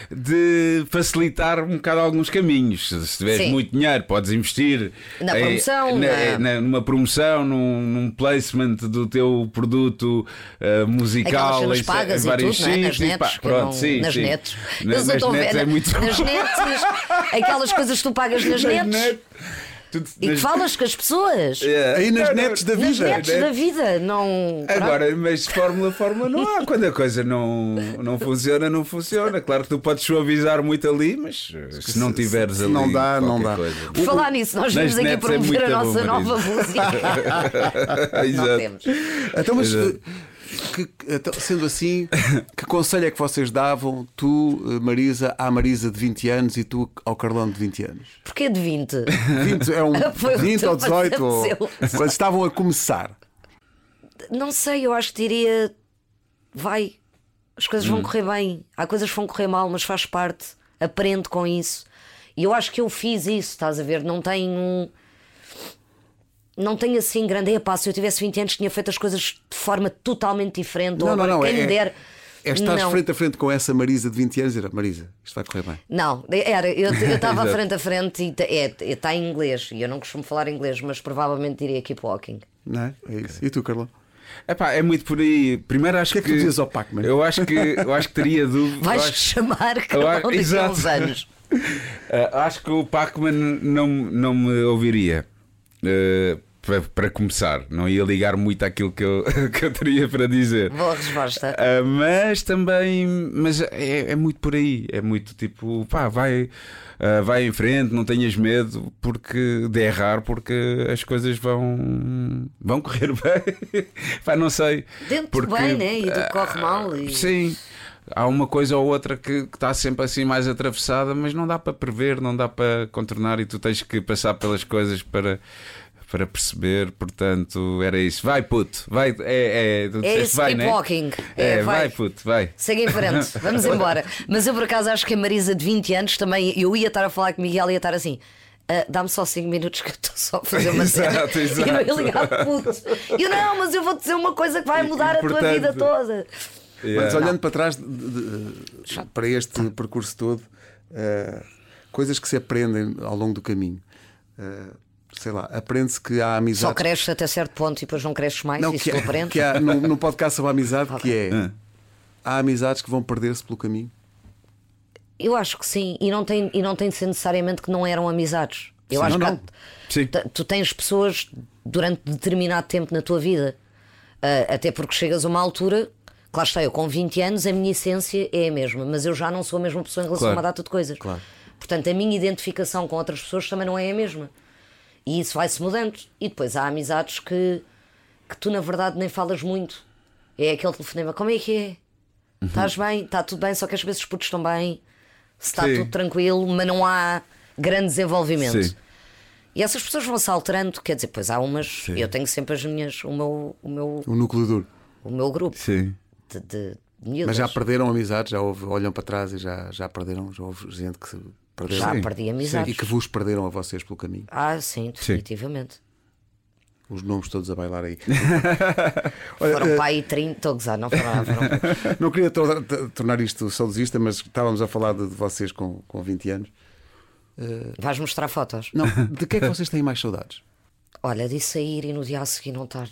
Speaker 3: de facilitar um bocado alguns caminhos. Se tiveres
Speaker 2: Sim.
Speaker 3: muito dinheiro, podes investir
Speaker 2: Na promoção,
Speaker 3: numa promoção, num placement do teu produto musical,
Speaker 2: Aquelas cenas pagas
Speaker 3: em
Speaker 2: e
Speaker 3: vários
Speaker 2: tudo, não é? Nas
Speaker 3: sítios.
Speaker 2: nets,
Speaker 3: Pá, pronto,
Speaker 2: não-
Speaker 3: sim,
Speaker 2: nas
Speaker 3: sim.
Speaker 2: nets.
Speaker 3: Na-
Speaker 2: Eu sou
Speaker 3: nas
Speaker 2: tão
Speaker 3: nets
Speaker 2: velha.
Speaker 3: é muito
Speaker 2: Nas nets, aquelas coisas que tu pagas nas nets e que falas com as pessoas.
Speaker 1: Aí nas nets da
Speaker 2: Nas
Speaker 1: vida.
Speaker 2: nets da vida, não.
Speaker 3: Agora, mas fórmula não há. Quando a coisa não funciona, não funciona. Claro que tu podes suavizar muito ali, mas se não tiveres ali.
Speaker 1: não dá, não
Speaker 3: qualquer
Speaker 1: dá.
Speaker 3: coisa.
Speaker 2: Por falar nisso, nós
Speaker 3: Nas
Speaker 2: vamos aqui
Speaker 3: nets é
Speaker 2: promover a
Speaker 3: muito
Speaker 2: nossa
Speaker 3: bom,
Speaker 2: nova
Speaker 3: Marisa.
Speaker 2: música. Não
Speaker 3: Exato.
Speaker 2: temos.
Speaker 1: Então, mas
Speaker 3: Exato.
Speaker 1: então, sendo assim, que conselho é que vocês davam, tu, Marisa, à Marisa de 20 anos e tu ao Carlão de 20 anos?
Speaker 2: Porquê de 20?
Speaker 1: 20 é um
Speaker 2: Foi o que
Speaker 1: 20 ou
Speaker 2: me
Speaker 1: 18, ou,
Speaker 2: apeteceu.
Speaker 1: quando estavam a começar.
Speaker 2: Não sei, eu acho que diria. Vai, as coisas vão correr bem. Há coisas que vão correr mal, mas faz parte. Aprende com isso. E eu acho que eu fiz isso, estás a ver? Não tenho assim grande. Se eu tivesse 20 anos, tinha feito as coisas de forma totalmente diferente. Ou agora, quem me der.
Speaker 1: Estás
Speaker 2: não.
Speaker 1: frente a frente com essa Marisa de 20 anos e dizer: Marisa, isto vai correr bem.
Speaker 2: Não, eu estava frente a frente e está em inglês. E eu não costumo falar inglês, mas provavelmente diria keep walking.
Speaker 1: Não é? É isso. E tu, Carlão?
Speaker 3: É muito por aí. Primeiro acho
Speaker 1: que é que tu dizes ao Pac-Man?
Speaker 3: Eu acho que teria dúvida.
Speaker 2: Vais-te chamar Carlão daqui a uns anos.
Speaker 3: Acho que o Pac-Man não me ouviria. Para começar, não ia ligar muito àquilo que eu teria para dizer.
Speaker 2: Boa resposta.
Speaker 3: Mas também, é muito por aí. É muito tipo, pá, vai em frente, não tenhas medo de errar, porque as coisas vão correr bem. Pá, não sei.
Speaker 2: Dentro bem, né? E do corre mal.
Speaker 3: Sim. Há uma coisa ou outra que está sempre assim mais atravessada, mas não dá para prever, não dá para contornar, e tu tens que passar pelas coisas para perceber. Portanto, era isso. Vai, puto, vai. Tu
Speaker 2: isso,
Speaker 3: vai,
Speaker 2: keep
Speaker 3: né?
Speaker 2: walking.
Speaker 3: Vai, puto, vai.
Speaker 2: Segue em frente, vamos embora. Mas eu por acaso acho que a Marisa de 20 anos também, eu ia estar a falar comigo e ela ia estar assim: dá-me só 5 minutos que eu estou só a fazer uma cena.
Speaker 3: Exato.
Speaker 2: E eu ia ligar, puto. Eu não, mas eu vou dizer uma coisa que vai mudar a tua vida toda.
Speaker 1: Mas olhando para trás para este percurso todo, coisas que se aprendem ao longo do caminho. Sei lá, aprende-se que há amizades.
Speaker 2: Só cresces até certo ponto e depois não cresces mais.
Speaker 1: Não,
Speaker 2: isso tu aprendes.
Speaker 1: Que há no podcast sobre a amizade, okay. Há amizades que vão perder-se pelo caminho.
Speaker 2: Eu acho que sim, e não tem de ser necessariamente que não eram amizades. Eu acho que tu tens pessoas durante determinado tempo na tua vida, até porque chegas a uma altura. Claro está, eu com 20 anos a minha essência é a mesma, mas eu já não sou a mesma pessoa em relação a uma data de coisas.
Speaker 1: Claro.
Speaker 2: Portanto, a minha identificação com outras pessoas também não é a mesma. E isso vai-se mudando. E depois há amizades que tu na verdade nem falas muito. É aquele telefonema: como é que é? Estás bem? Está tudo bem? Só que às vezes os putos estão bem, se está tudo tranquilo, mas não há grande desenvolvimento. Sim. E essas pessoas vão-se alterando. Quer dizer, pois há umas. Sim. Eu tenho sempre as minhas. O
Speaker 1: núcleo duro.
Speaker 2: O meu grupo.
Speaker 3: Sim.
Speaker 2: De
Speaker 1: mas já perderam amizades? Já olham para trás e já perderam? Já houve gente que se perdeu?
Speaker 2: Já perdi amizades.
Speaker 1: E que vos perderam a vocês pelo caminho?
Speaker 2: Sim, definitivamente.
Speaker 1: Os nomes todos a bailar aí.
Speaker 2: Foram pai 30, estou a gozar, não foram.
Speaker 1: Não queria tornar isto saudosista, mas estávamos a falar de vocês com 20 anos.
Speaker 2: Vais mostrar fotos?
Speaker 1: Não, de que é que vocês têm mais saudades?
Speaker 2: Olha, de sair e no dia a seguir não estar.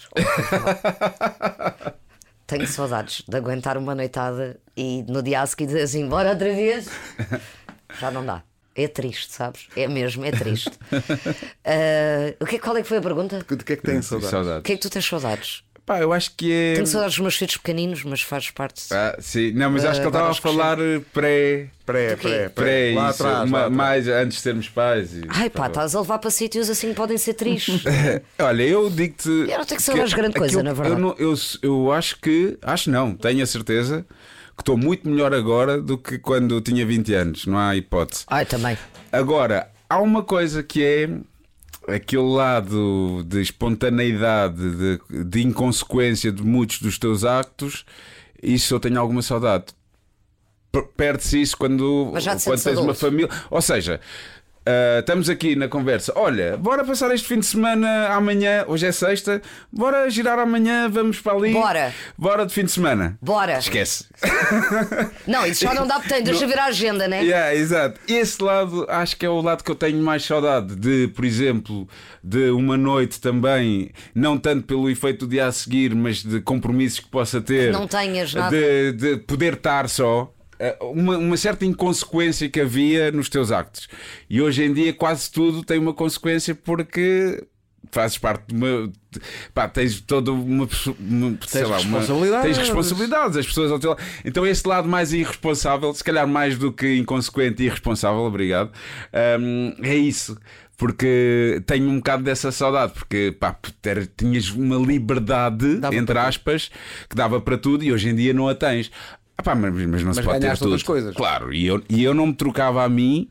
Speaker 2: Tenho saudades de aguentar uma noitada e no dia a seguir dizer assim: bora outra vez. Já não dá. É triste, sabes? É mesmo, é triste. Qual é que foi a pergunta?
Speaker 1: De que é que tens saudades?
Speaker 2: O que é que tu tens saudades?
Speaker 3: Pá, eu acho que é.
Speaker 2: Tenho saudades dos meus filhos pequeninos, mas faz parte.
Speaker 3: Sim, não, mas acho que ele estava a falar pré
Speaker 1: lá
Speaker 3: isso,
Speaker 1: atrás,
Speaker 3: mais antes de sermos pais.
Speaker 2: Ai pá, estás a levar para sítios assim que podem ser tristes.
Speaker 3: Olha, eu digo-te.
Speaker 2: Eu não tenho que saudades de grande coisa, na verdade.
Speaker 3: Eu acho que. Acho não, tenho a certeza que estou muito melhor agora do que quando tinha 20 anos, não há hipótese.
Speaker 2: Também.
Speaker 3: Agora, há uma coisa que é aquele lado de espontaneidade, de inconsequência de muitos dos teus actos. Isso eu tenho alguma saudade. Perde-se isso quando tens uma família. Ou seja, estamos aqui na conversa: olha, bora passar este fim de semana amanhã, hoje é sexta, bora girar amanhã, vamos para ali. Bora de fim de semana.
Speaker 2: Bora.
Speaker 3: Esquece.
Speaker 2: Não, isso já não dá, portanto, deixa ver a agenda, né?
Speaker 3: Exato. Esse lado acho que é o lado que eu tenho mais saudade de, por exemplo, de uma noite também, não tanto pelo efeito do dia a seguir, mas de compromissos que possa ter.
Speaker 2: Não tenhas nada.
Speaker 3: De poder estar só. Uma certa inconsequência que havia nos teus actos. E hoje em dia quase tudo tem uma consequência, porque fazes parte de uma. Tens toda uma tens responsabilidades, as pessoas ao teu lado. Então esse lado mais irresponsável, se calhar mais do que inconsequente e irresponsável, obrigado, é isso. Porque tenho um bocado dessa saudade, porque tinhas uma liberdade, entre aspas, que dava para tudo, e hoje em dia não a tens. Mas não se pode ter tudo.
Speaker 1: Coisas.
Speaker 3: Claro, e eu não me trocava a mim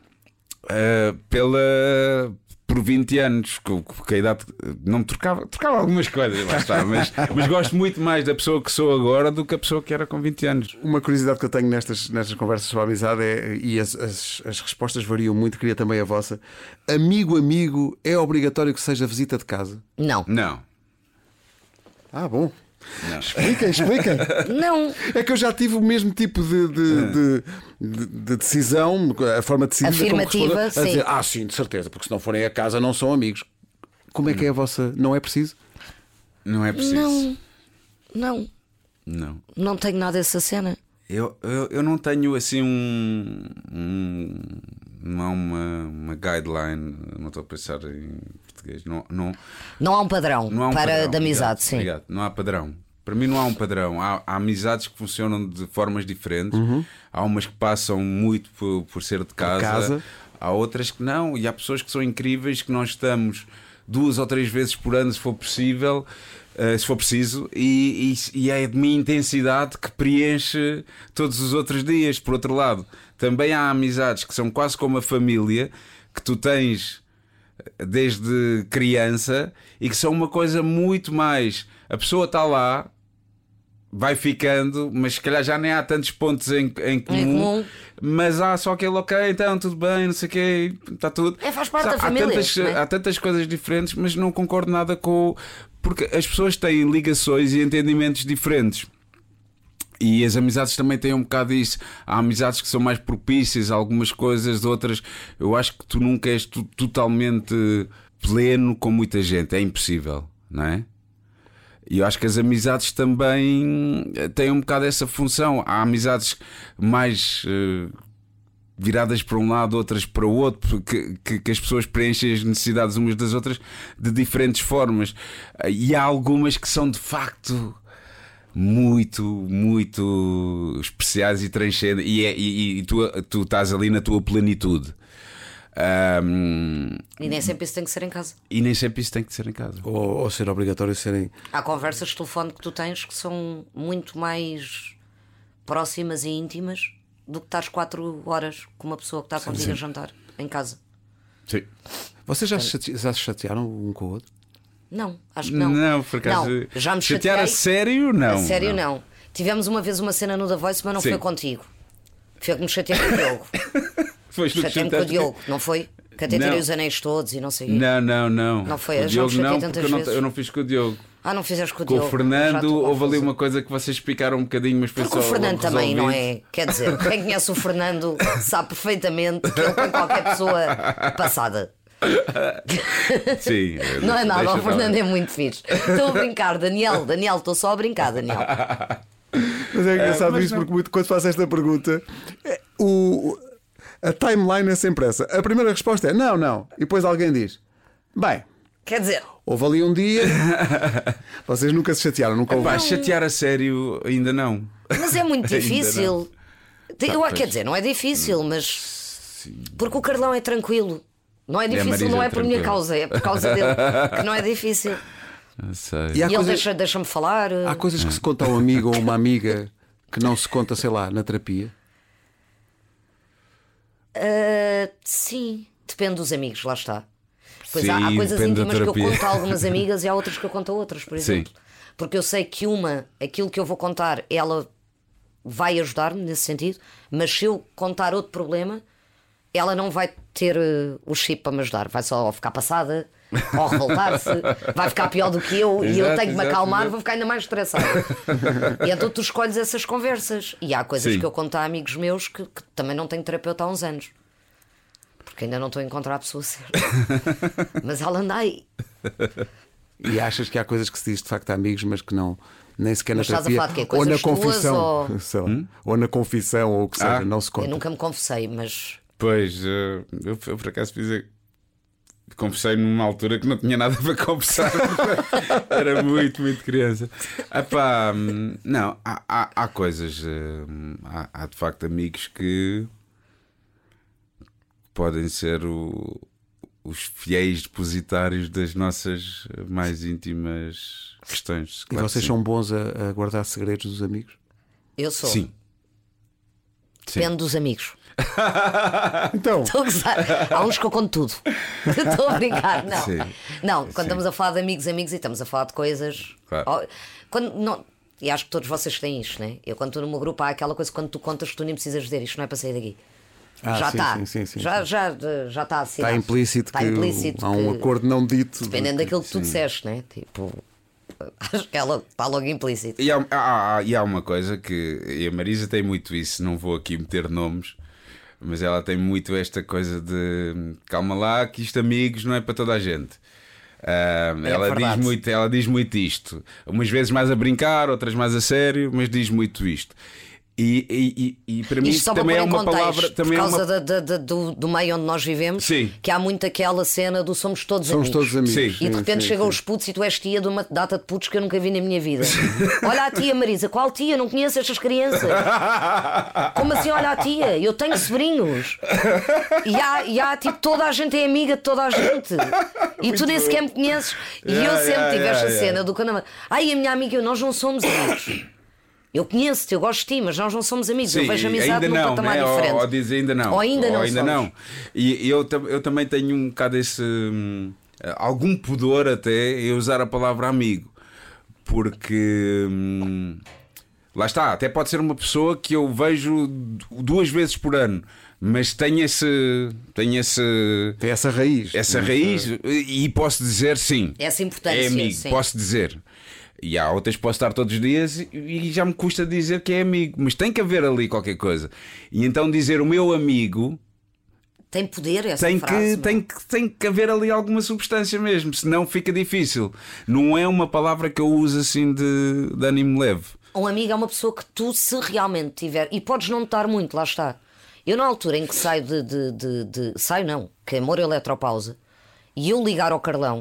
Speaker 3: por 20 anos, porque a idade não me trocava algumas coisas, lá está, mas gosto muito mais da pessoa que sou agora do que a pessoa que era com 20 anos.
Speaker 1: Uma curiosidade que eu tenho nestas conversas sobre a amizade e as respostas variam muito, queria também a vossa. Amigo, é obrigatório que seja visita de casa?
Speaker 2: Não.
Speaker 3: Não.
Speaker 1: Bom. Expliquem.
Speaker 2: Não.
Speaker 1: É que eu já tive o mesmo tipo de decisão, a forma de decidir
Speaker 2: afirmativa,
Speaker 1: a dizer, sim, de certeza, porque se não forem a casa não são amigos. Como é que é a vossa? Não é preciso?
Speaker 3: Não é preciso.
Speaker 2: Não. Não tenho nada dessa cena.
Speaker 3: Eu não tenho assim não há uma guideline, não estou a pensar em português.
Speaker 2: Não há um padrão de amizade, sim.
Speaker 3: Obrigado. Não há padrão. Para mim não há um padrão. Há amizades que funcionam de formas diferentes. Há umas que passam muito por ser de casa. Há outras que não. E há pessoas que são incríveis, que nós estamos 2 ou 3 vezes por ano, se for possível, se for preciso, e é de minha intensidade que preenche todos os outros dias. Por outro lado, também há amizades que são quase como a família, que tu tens desde criança e que são uma coisa muito mais. A pessoa está lá, vai ficando, mas se calhar já nem há tantos pontos em comum, mas há só aquele então tudo bem, não sei o quê, está tudo.
Speaker 2: Faz parte da família.
Speaker 3: Há tantas coisas diferentes, mas não concordo nada com. Porque as pessoas têm ligações e entendimentos diferentes. E as amizades também têm um bocado isso. Há amizades que são mais propícias a algumas coisas, outras. Eu acho que tu nunca és totalmente pleno com muita gente. É impossível, não é? E eu acho que as amizades também têm um bocado essa função. Há amizades mais viradas para um lado, outras para o outro, que as pessoas preenchem as necessidades umas das outras de diferentes formas. E há algumas que são de facto muito, muito especiais e transcendem. E tu estás ali na tua plenitude.
Speaker 2: E nem sempre isso tem que ser em casa.
Speaker 1: Ou ser obrigatório serem.
Speaker 2: Há conversas de telefone que tu tens que são muito mais próximas e íntimas do que estares 4 horas com uma pessoa que está contigo a jantar em casa.
Speaker 3: Sim.
Speaker 1: Vocês já se chatearam um com o outro?
Speaker 2: Não, acho que não.
Speaker 3: Não, por acaso.
Speaker 2: Não, já me
Speaker 3: chatear a sério, não.
Speaker 2: A sério, não. Tivemos uma vez uma cena no The Voice, mas não foi contigo. Foi que me chateei com o Diogo. Chateei-me com o Diogo, não foi? Que até tirei os anéis todos e não sei.
Speaker 3: Não.
Speaker 2: Não foi, eu já me chateei tantas vezes.
Speaker 3: Eu não fiz com o Diogo.
Speaker 2: Não fizeste com o
Speaker 3: Diogo.
Speaker 2: Com
Speaker 3: o Fernando houve ali uma coisa que vocês explicaram um bocadinho, mas foi
Speaker 2: porque
Speaker 3: só.
Speaker 2: O Fernando também, não é? Quer dizer, quem conhece o Fernando sabe perfeitamente que ele põe qualquer pessoa passada.
Speaker 3: Sim,
Speaker 2: não é nada, o Fernando é muito fixe. Estou a brincar, Daniel, estou só a brincar, Daniel.
Speaker 1: Mas é engraçado isso, porque muito, quando faço esta pergunta, a timeline é sempre essa. A primeira resposta é não. E depois alguém diz: bem,
Speaker 2: quer dizer,
Speaker 1: houve ali um dia. Vocês nunca se chatearam, nunca houve.
Speaker 3: Chatear a sério, ainda não.
Speaker 2: Mas é muito difícil. Quer dizer, não é difícil, mas. Porque o Carlão é tranquilo. Não é difícil, não é por minha causa, é por causa dele que não é difícil.
Speaker 3: E
Speaker 2: ele deixa-me falar.
Speaker 1: Há coisas que se conta a um amigo ou uma amiga que não se conta, sei lá, na terapia?
Speaker 2: Sim, depende dos amigos, lá está. Pois
Speaker 3: sim,
Speaker 2: há coisas íntimas que eu conto a algumas amigas e há outras que eu conto a outras, por exemplo. Sim. Porque eu sei que aquilo que eu vou contar, ela vai ajudar-me nesse sentido, mas se eu contar outro problema, ela não vai ter o chip para me ajudar, vai só ficar passada ou revoltar-se, vai ficar pior do que eu e eu tenho que me acalmar, vou ficar ainda mais estressada. E então tu escolhes essas conversas. E há coisas que eu conto a amigos meus que também não tenho terapeuta há uns anos, porque ainda não estou a encontrar a pessoa certa. Mas ela anda aí.
Speaker 1: E achas que há coisas que se diz de facto a amigos, mas que não, nem sequer na terapia,
Speaker 2: ou
Speaker 1: na confissão, ou na confissão, ou o que seja, não se conta.
Speaker 2: Eu nunca me confessei, mas.
Speaker 3: Pois, eu por acaso confessei numa altura que não tinha nada para confessar. Era muito, muito criança. Não, há coisas, há de facto amigos que podem ser os fiéis depositários das nossas mais íntimas questões.
Speaker 1: Claro. E vocês são bons a guardar segredos dos amigos?
Speaker 2: Eu sou.
Speaker 3: Sim.
Speaker 2: Depende dos amigos.
Speaker 1: Então.
Speaker 2: Estou a gozar. Há uns que eu conto tudo. Estou a brincar. Não, não, quando estamos a falar de amigos e estamos a falar de coisas.
Speaker 3: Claro.
Speaker 2: E acho que todos vocês têm isto, né? Eu, quando estou no meu grupo, há aquela coisa que quando tu contas, tu nem precisas dizer isto, não é para sair daqui. Já está. Já está assim.
Speaker 1: Está implícito que há um acordo não dito.
Speaker 2: Dependendo daquilo que tu disseste, né? Tipo, Acho que ela está logo implícito.
Speaker 3: E há uma coisa que. E a Marisa tem muito isso, não vou aqui meter nomes, mas ela tem muito esta coisa de calma lá, que isto, amigos, não é para toda a gente. Ela diz muito isto, umas vezes mais a brincar, outras mais a sério, mas diz muito isto. E para mim também é uma palavra. Também
Speaker 2: por causa do meio onde nós vivemos,
Speaker 3: sim,
Speaker 2: que há muito aquela cena do somos todos amigos.
Speaker 3: Sim.
Speaker 2: E de repente chegam os putos e tu és tia de uma data de putos que eu nunca vi na minha vida. Olha a tia Marisa, qual tia? Não conheço estas crianças. Como assim, olha a tia? Eu tenho sobrinhos. E há tipo, toda a gente é amiga de toda a gente. E tu nem sequer me conheces. E eu sempre tive esta cena do quando. Ai, a minha amiga, nós não somos amigos. Eu conheço-te, eu gosto de ti, mas nós não somos amigos.
Speaker 3: Sim,
Speaker 2: eu vejo amizade num patamar
Speaker 3: né?
Speaker 2: diferente.
Speaker 3: Ou diz ainda não.
Speaker 2: Ou ainda
Speaker 3: não. E eu também tenho um bocado esse. Algum pudor até em usar a palavra amigo. Porque. Lá está, até pode ser uma pessoa que eu vejo 2 vezes por ano. Mas tem
Speaker 1: essa raiz.
Speaker 3: Essa raiz e posso dizer sim.
Speaker 2: Essa importância.
Speaker 3: É amigo,
Speaker 2: sim.
Speaker 3: Posso dizer. E há outras que posso estar todos os dias e já me custa dizer que é amigo. Mas tem que haver ali qualquer coisa. E então dizer o meu amigo
Speaker 2: tem poder, essa frase.
Speaker 3: Tem que haver ali alguma substância mesmo. Senão fica difícil. Não é uma palavra que eu uso assim de ânimo leve.
Speaker 2: Um amigo é uma pessoa que tu, se realmente tiver, e podes não notar muito, lá está. Eu na altura em que saio saio não, que é amor eletropausa, e eu ligar ao Carlão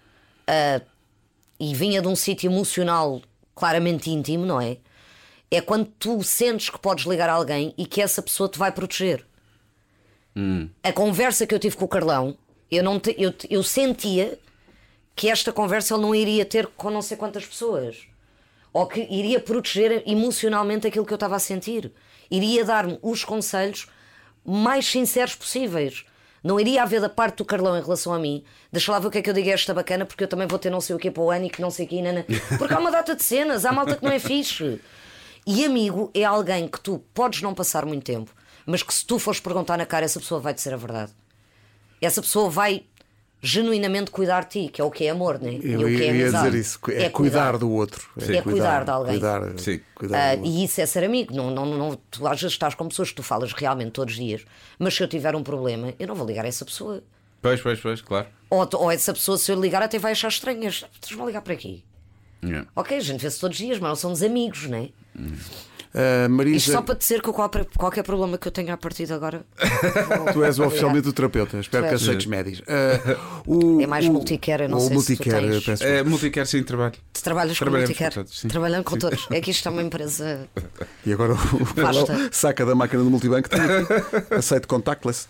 Speaker 2: e vinha de um sítio emocional claramente íntimo, não é? É quando tu sentes que podes ligar a alguém e que essa pessoa te vai proteger. A conversa que eu tive com o Carlão, eu sentia que esta conversa ele não iria ter com não sei quantas pessoas, ou que iria proteger emocionalmente aquilo que eu estava a sentir, iria dar-me os conselhos mais sinceros possíveis. Não iria haver da parte do Carlão em relação a mim, deixa lá ver o que é que eu digo a esta bacana, porque eu também vou ter não sei o que para o ano e que não sei o que, porque há uma data de cenas, há malta que não é fixe. E amigo é alguém que tu podes não passar muito tempo, mas que se tu fores perguntar na cara, essa pessoa vai dizer a verdade. Essa pessoa vai genuinamente cuidar de ti, que é o que é amor, né?
Speaker 1: Eu
Speaker 2: o que é
Speaker 1: ia dizer isso, é cuidar do outro.
Speaker 2: É cuidar de alguém.
Speaker 1: Cuidar
Speaker 2: e isso é ser amigo. Não, tu às vezes estás com pessoas que tu falas realmente todos os dias, mas se eu tiver um problema, eu não vou ligar a essa pessoa.
Speaker 3: Pois, claro.
Speaker 2: Ou essa pessoa, se eu ligar, até vai achar estranhas. Vocês vão ligar para aqui.
Speaker 3: Yeah.
Speaker 2: Ok, a gente vê-se todos os dias, mas não somos amigos, não é?
Speaker 1: Marisa...
Speaker 2: Isto só para dizer que qualquer problema que eu tenha a partir de agora.
Speaker 1: Tu és oficialmente o terapeuta. Espero que aceites médios.
Speaker 2: É mais multicare, eu não sei se tu tens.
Speaker 3: Multicare, sim, trabalho.
Speaker 2: Tu trabalhas com multicare? Trabalhando com todos. É que isto é uma empresa.
Speaker 1: E agora o Carlão saca da máquina do multibanco. Aceito contactless.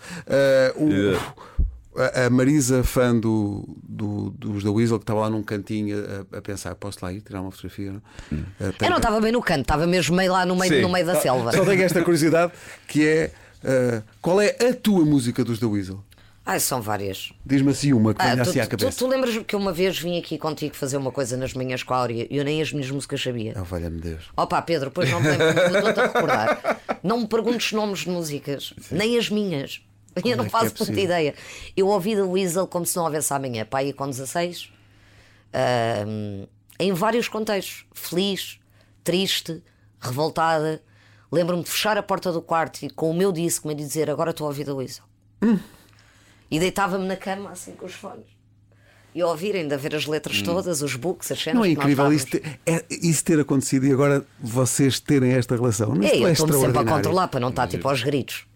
Speaker 1: A Marisa, fã dos da Weasel, que estava lá num cantinho a pensar: posso lá ir tirar uma fotografia? Não?
Speaker 2: Eu não estava bem no canto, estava mesmo meio lá no meio da selva.
Speaker 1: Só tenho esta curiosidade que é: qual é a tua música dos da Weasel?
Speaker 2: São várias.
Speaker 1: Diz-me assim uma que venha assim à cabeça.
Speaker 2: Tu lembras que uma vez vim aqui contigo fazer uma coisa nas manhãs com a Áurea e eu nem as minhas músicas sabia?
Speaker 1: Valha-me Deus.
Speaker 2: Opa, Pedro, pois não me lembro, estou-te a recordar. Não me perguntes nomes de músicas, nem as minhas. Eu não faço puta ideia. Eu ouvi da Weasel como se não houvesse amanhã. Pá, aí com 16, em vários contextos: feliz, triste, revoltada. Lembro-me de fechar a porta do quarto e com o meu disco me dizer: agora estou a ouvir da Weasel. E deitava-me na cama assim com os fones e a ouvir, ainda a ver as letras todas, os books, as cenas.
Speaker 1: Não é incrível isso ter acontecido e agora vocês terem esta relação? Não,
Speaker 2: eu estou-me sempre a controlar para não estar tipo aos gritos.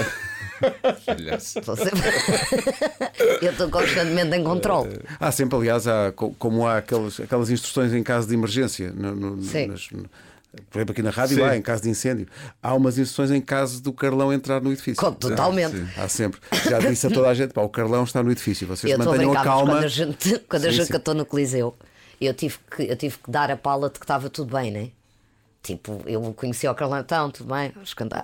Speaker 2: Eu estou constantemente em controle.
Speaker 1: Há sempre, aliás, como há aquelas instruções em caso de emergência, por exemplo, aqui na rádio, em caso de incêndio, há umas instruções em caso do Carlão entrar no edifício.
Speaker 2: Totalmente.
Speaker 1: Há sempre. Já disse a toda a gente: o Carlão está no edifício, vocês mantenham a calma.
Speaker 2: Quando a gente cantou no Coliseu, eu tive que dar a pala de que estava tudo bem, né? Tipo, eu conheci o Carlão, então, tudo bem, vamos cantar.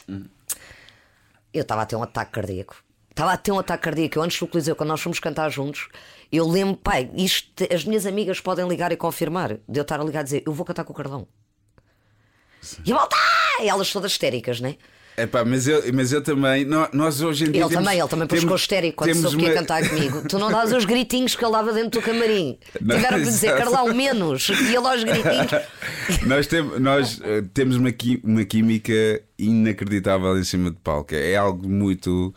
Speaker 2: Eu estava a ter um ataque cardíaco. Eu, antes do Coliseu, quando nós fomos cantar juntos, eu lembro, pai, as minhas amigas podem ligar e confirmar, de eu estar a ligar e dizer: eu vou cantar com o Carlão. Sim. E a malta, elas todas histéricas, né?
Speaker 3: Mas eu também. Nós hoje em dia.
Speaker 2: Ele também ficou histérico quando soube que ia cantar comigo. Tu não dás os gritinhos que ele dava dentro do camarim. Tiveram que dizer, Carlão, menos. E ele aos gritinhos.
Speaker 3: Nós temos uma química inacreditável em cima de palco. É algo muito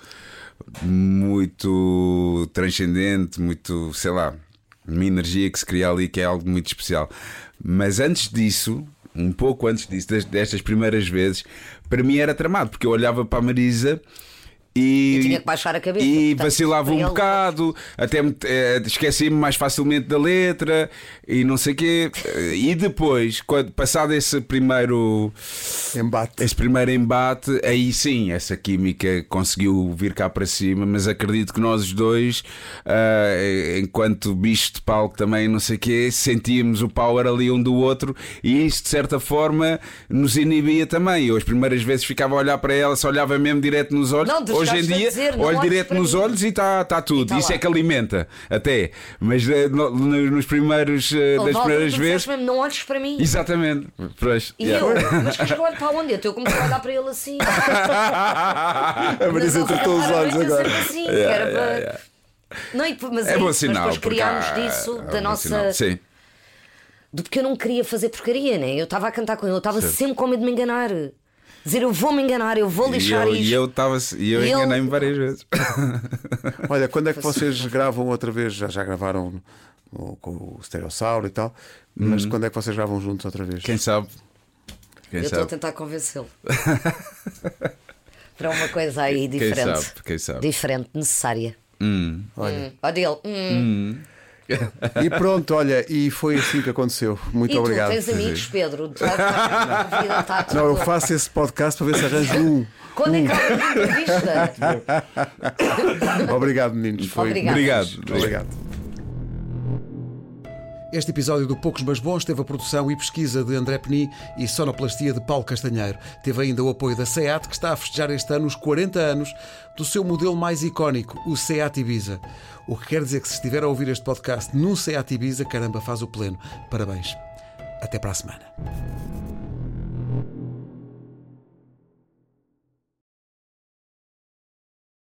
Speaker 3: transcendente, muito, sei lá, uma energia que se cria ali que é algo muito especial. Mas antes disso, um pouco antes disso, destas primeiras vezes, para mim era tramado, porque eu olhava para a Marisa e
Speaker 2: tinha que baixar a cabeça.
Speaker 3: E vacilava um bocado, até esquecia-me mais facilmente da letra e não sei o quê. E depois, passado esse primeiro embate, aí sim, essa química conseguiu vir cá para cima. Mas acredito que nós os dois, enquanto bicho de palco também, não sei o quê, sentíamos o power ali um do outro, e isso de certa forma nos inibia também. Eu as primeiras vezes ficava a olhar para ela, só olhava mesmo direto nos olhos.
Speaker 2: Não,
Speaker 3: hoje em dia, olho direto nos olhos e está tudo. Isso é que alimenta, até. Mas nos primeiros, das primeiras vezes.
Speaker 2: Mesmo, não olhes para mim.
Speaker 3: Exatamente.
Speaker 2: Mas queres que eu olhe para onde? Eu comecei a olhar para ele assim.
Speaker 1: A Marisa tratou os olhos agora.
Speaker 2: Assim, Não, mas
Speaker 3: é bom sinal.
Speaker 2: Mas depois criámos disso da nossa.
Speaker 3: Sim.
Speaker 2: Porque eu não queria fazer porcaria, né? Eu estava a cantar com ele, eu estava sempre com medo de me enganar. Dizer, eu vou me enganar, eu vou lixar isto.
Speaker 3: E eu enganei-me várias vezes.
Speaker 1: Olha, quando é que vocês gravam outra vez? Já gravaram com o Stereossauro e tal, mas quando é que vocês gravam juntos outra vez?
Speaker 3: Quem sabe?
Speaker 2: Eu estou a tentar convencê-lo para uma coisa aí diferente.
Speaker 3: Quem sabe?
Speaker 2: Diferente, necessária.
Speaker 1: Olha.
Speaker 2: Ó dele.
Speaker 1: E pronto, olha, e foi assim que aconteceu. Muito obrigado.
Speaker 2: Tu tens amigos, Pedro?
Speaker 1: Não, eu faço esse podcast para ver se arranjo um.
Speaker 2: Quando é que há uma entrevista?
Speaker 1: Obrigado, meninos. Foi...
Speaker 3: Obrigado.
Speaker 1: Este episódio do Poucos Mas Bons teve a produção e pesquisa de André Peni e sonoplastia de Paulo Castanheiro. Teve ainda o apoio da SEAT, que está a festejar este ano os 40 anos do seu modelo mais icónico, o SEAT Ibiza. O que quer dizer que se estiver a ouvir este podcast num SEAT Ibiza, caramba, faz o pleno. Parabéns. Até para a semana.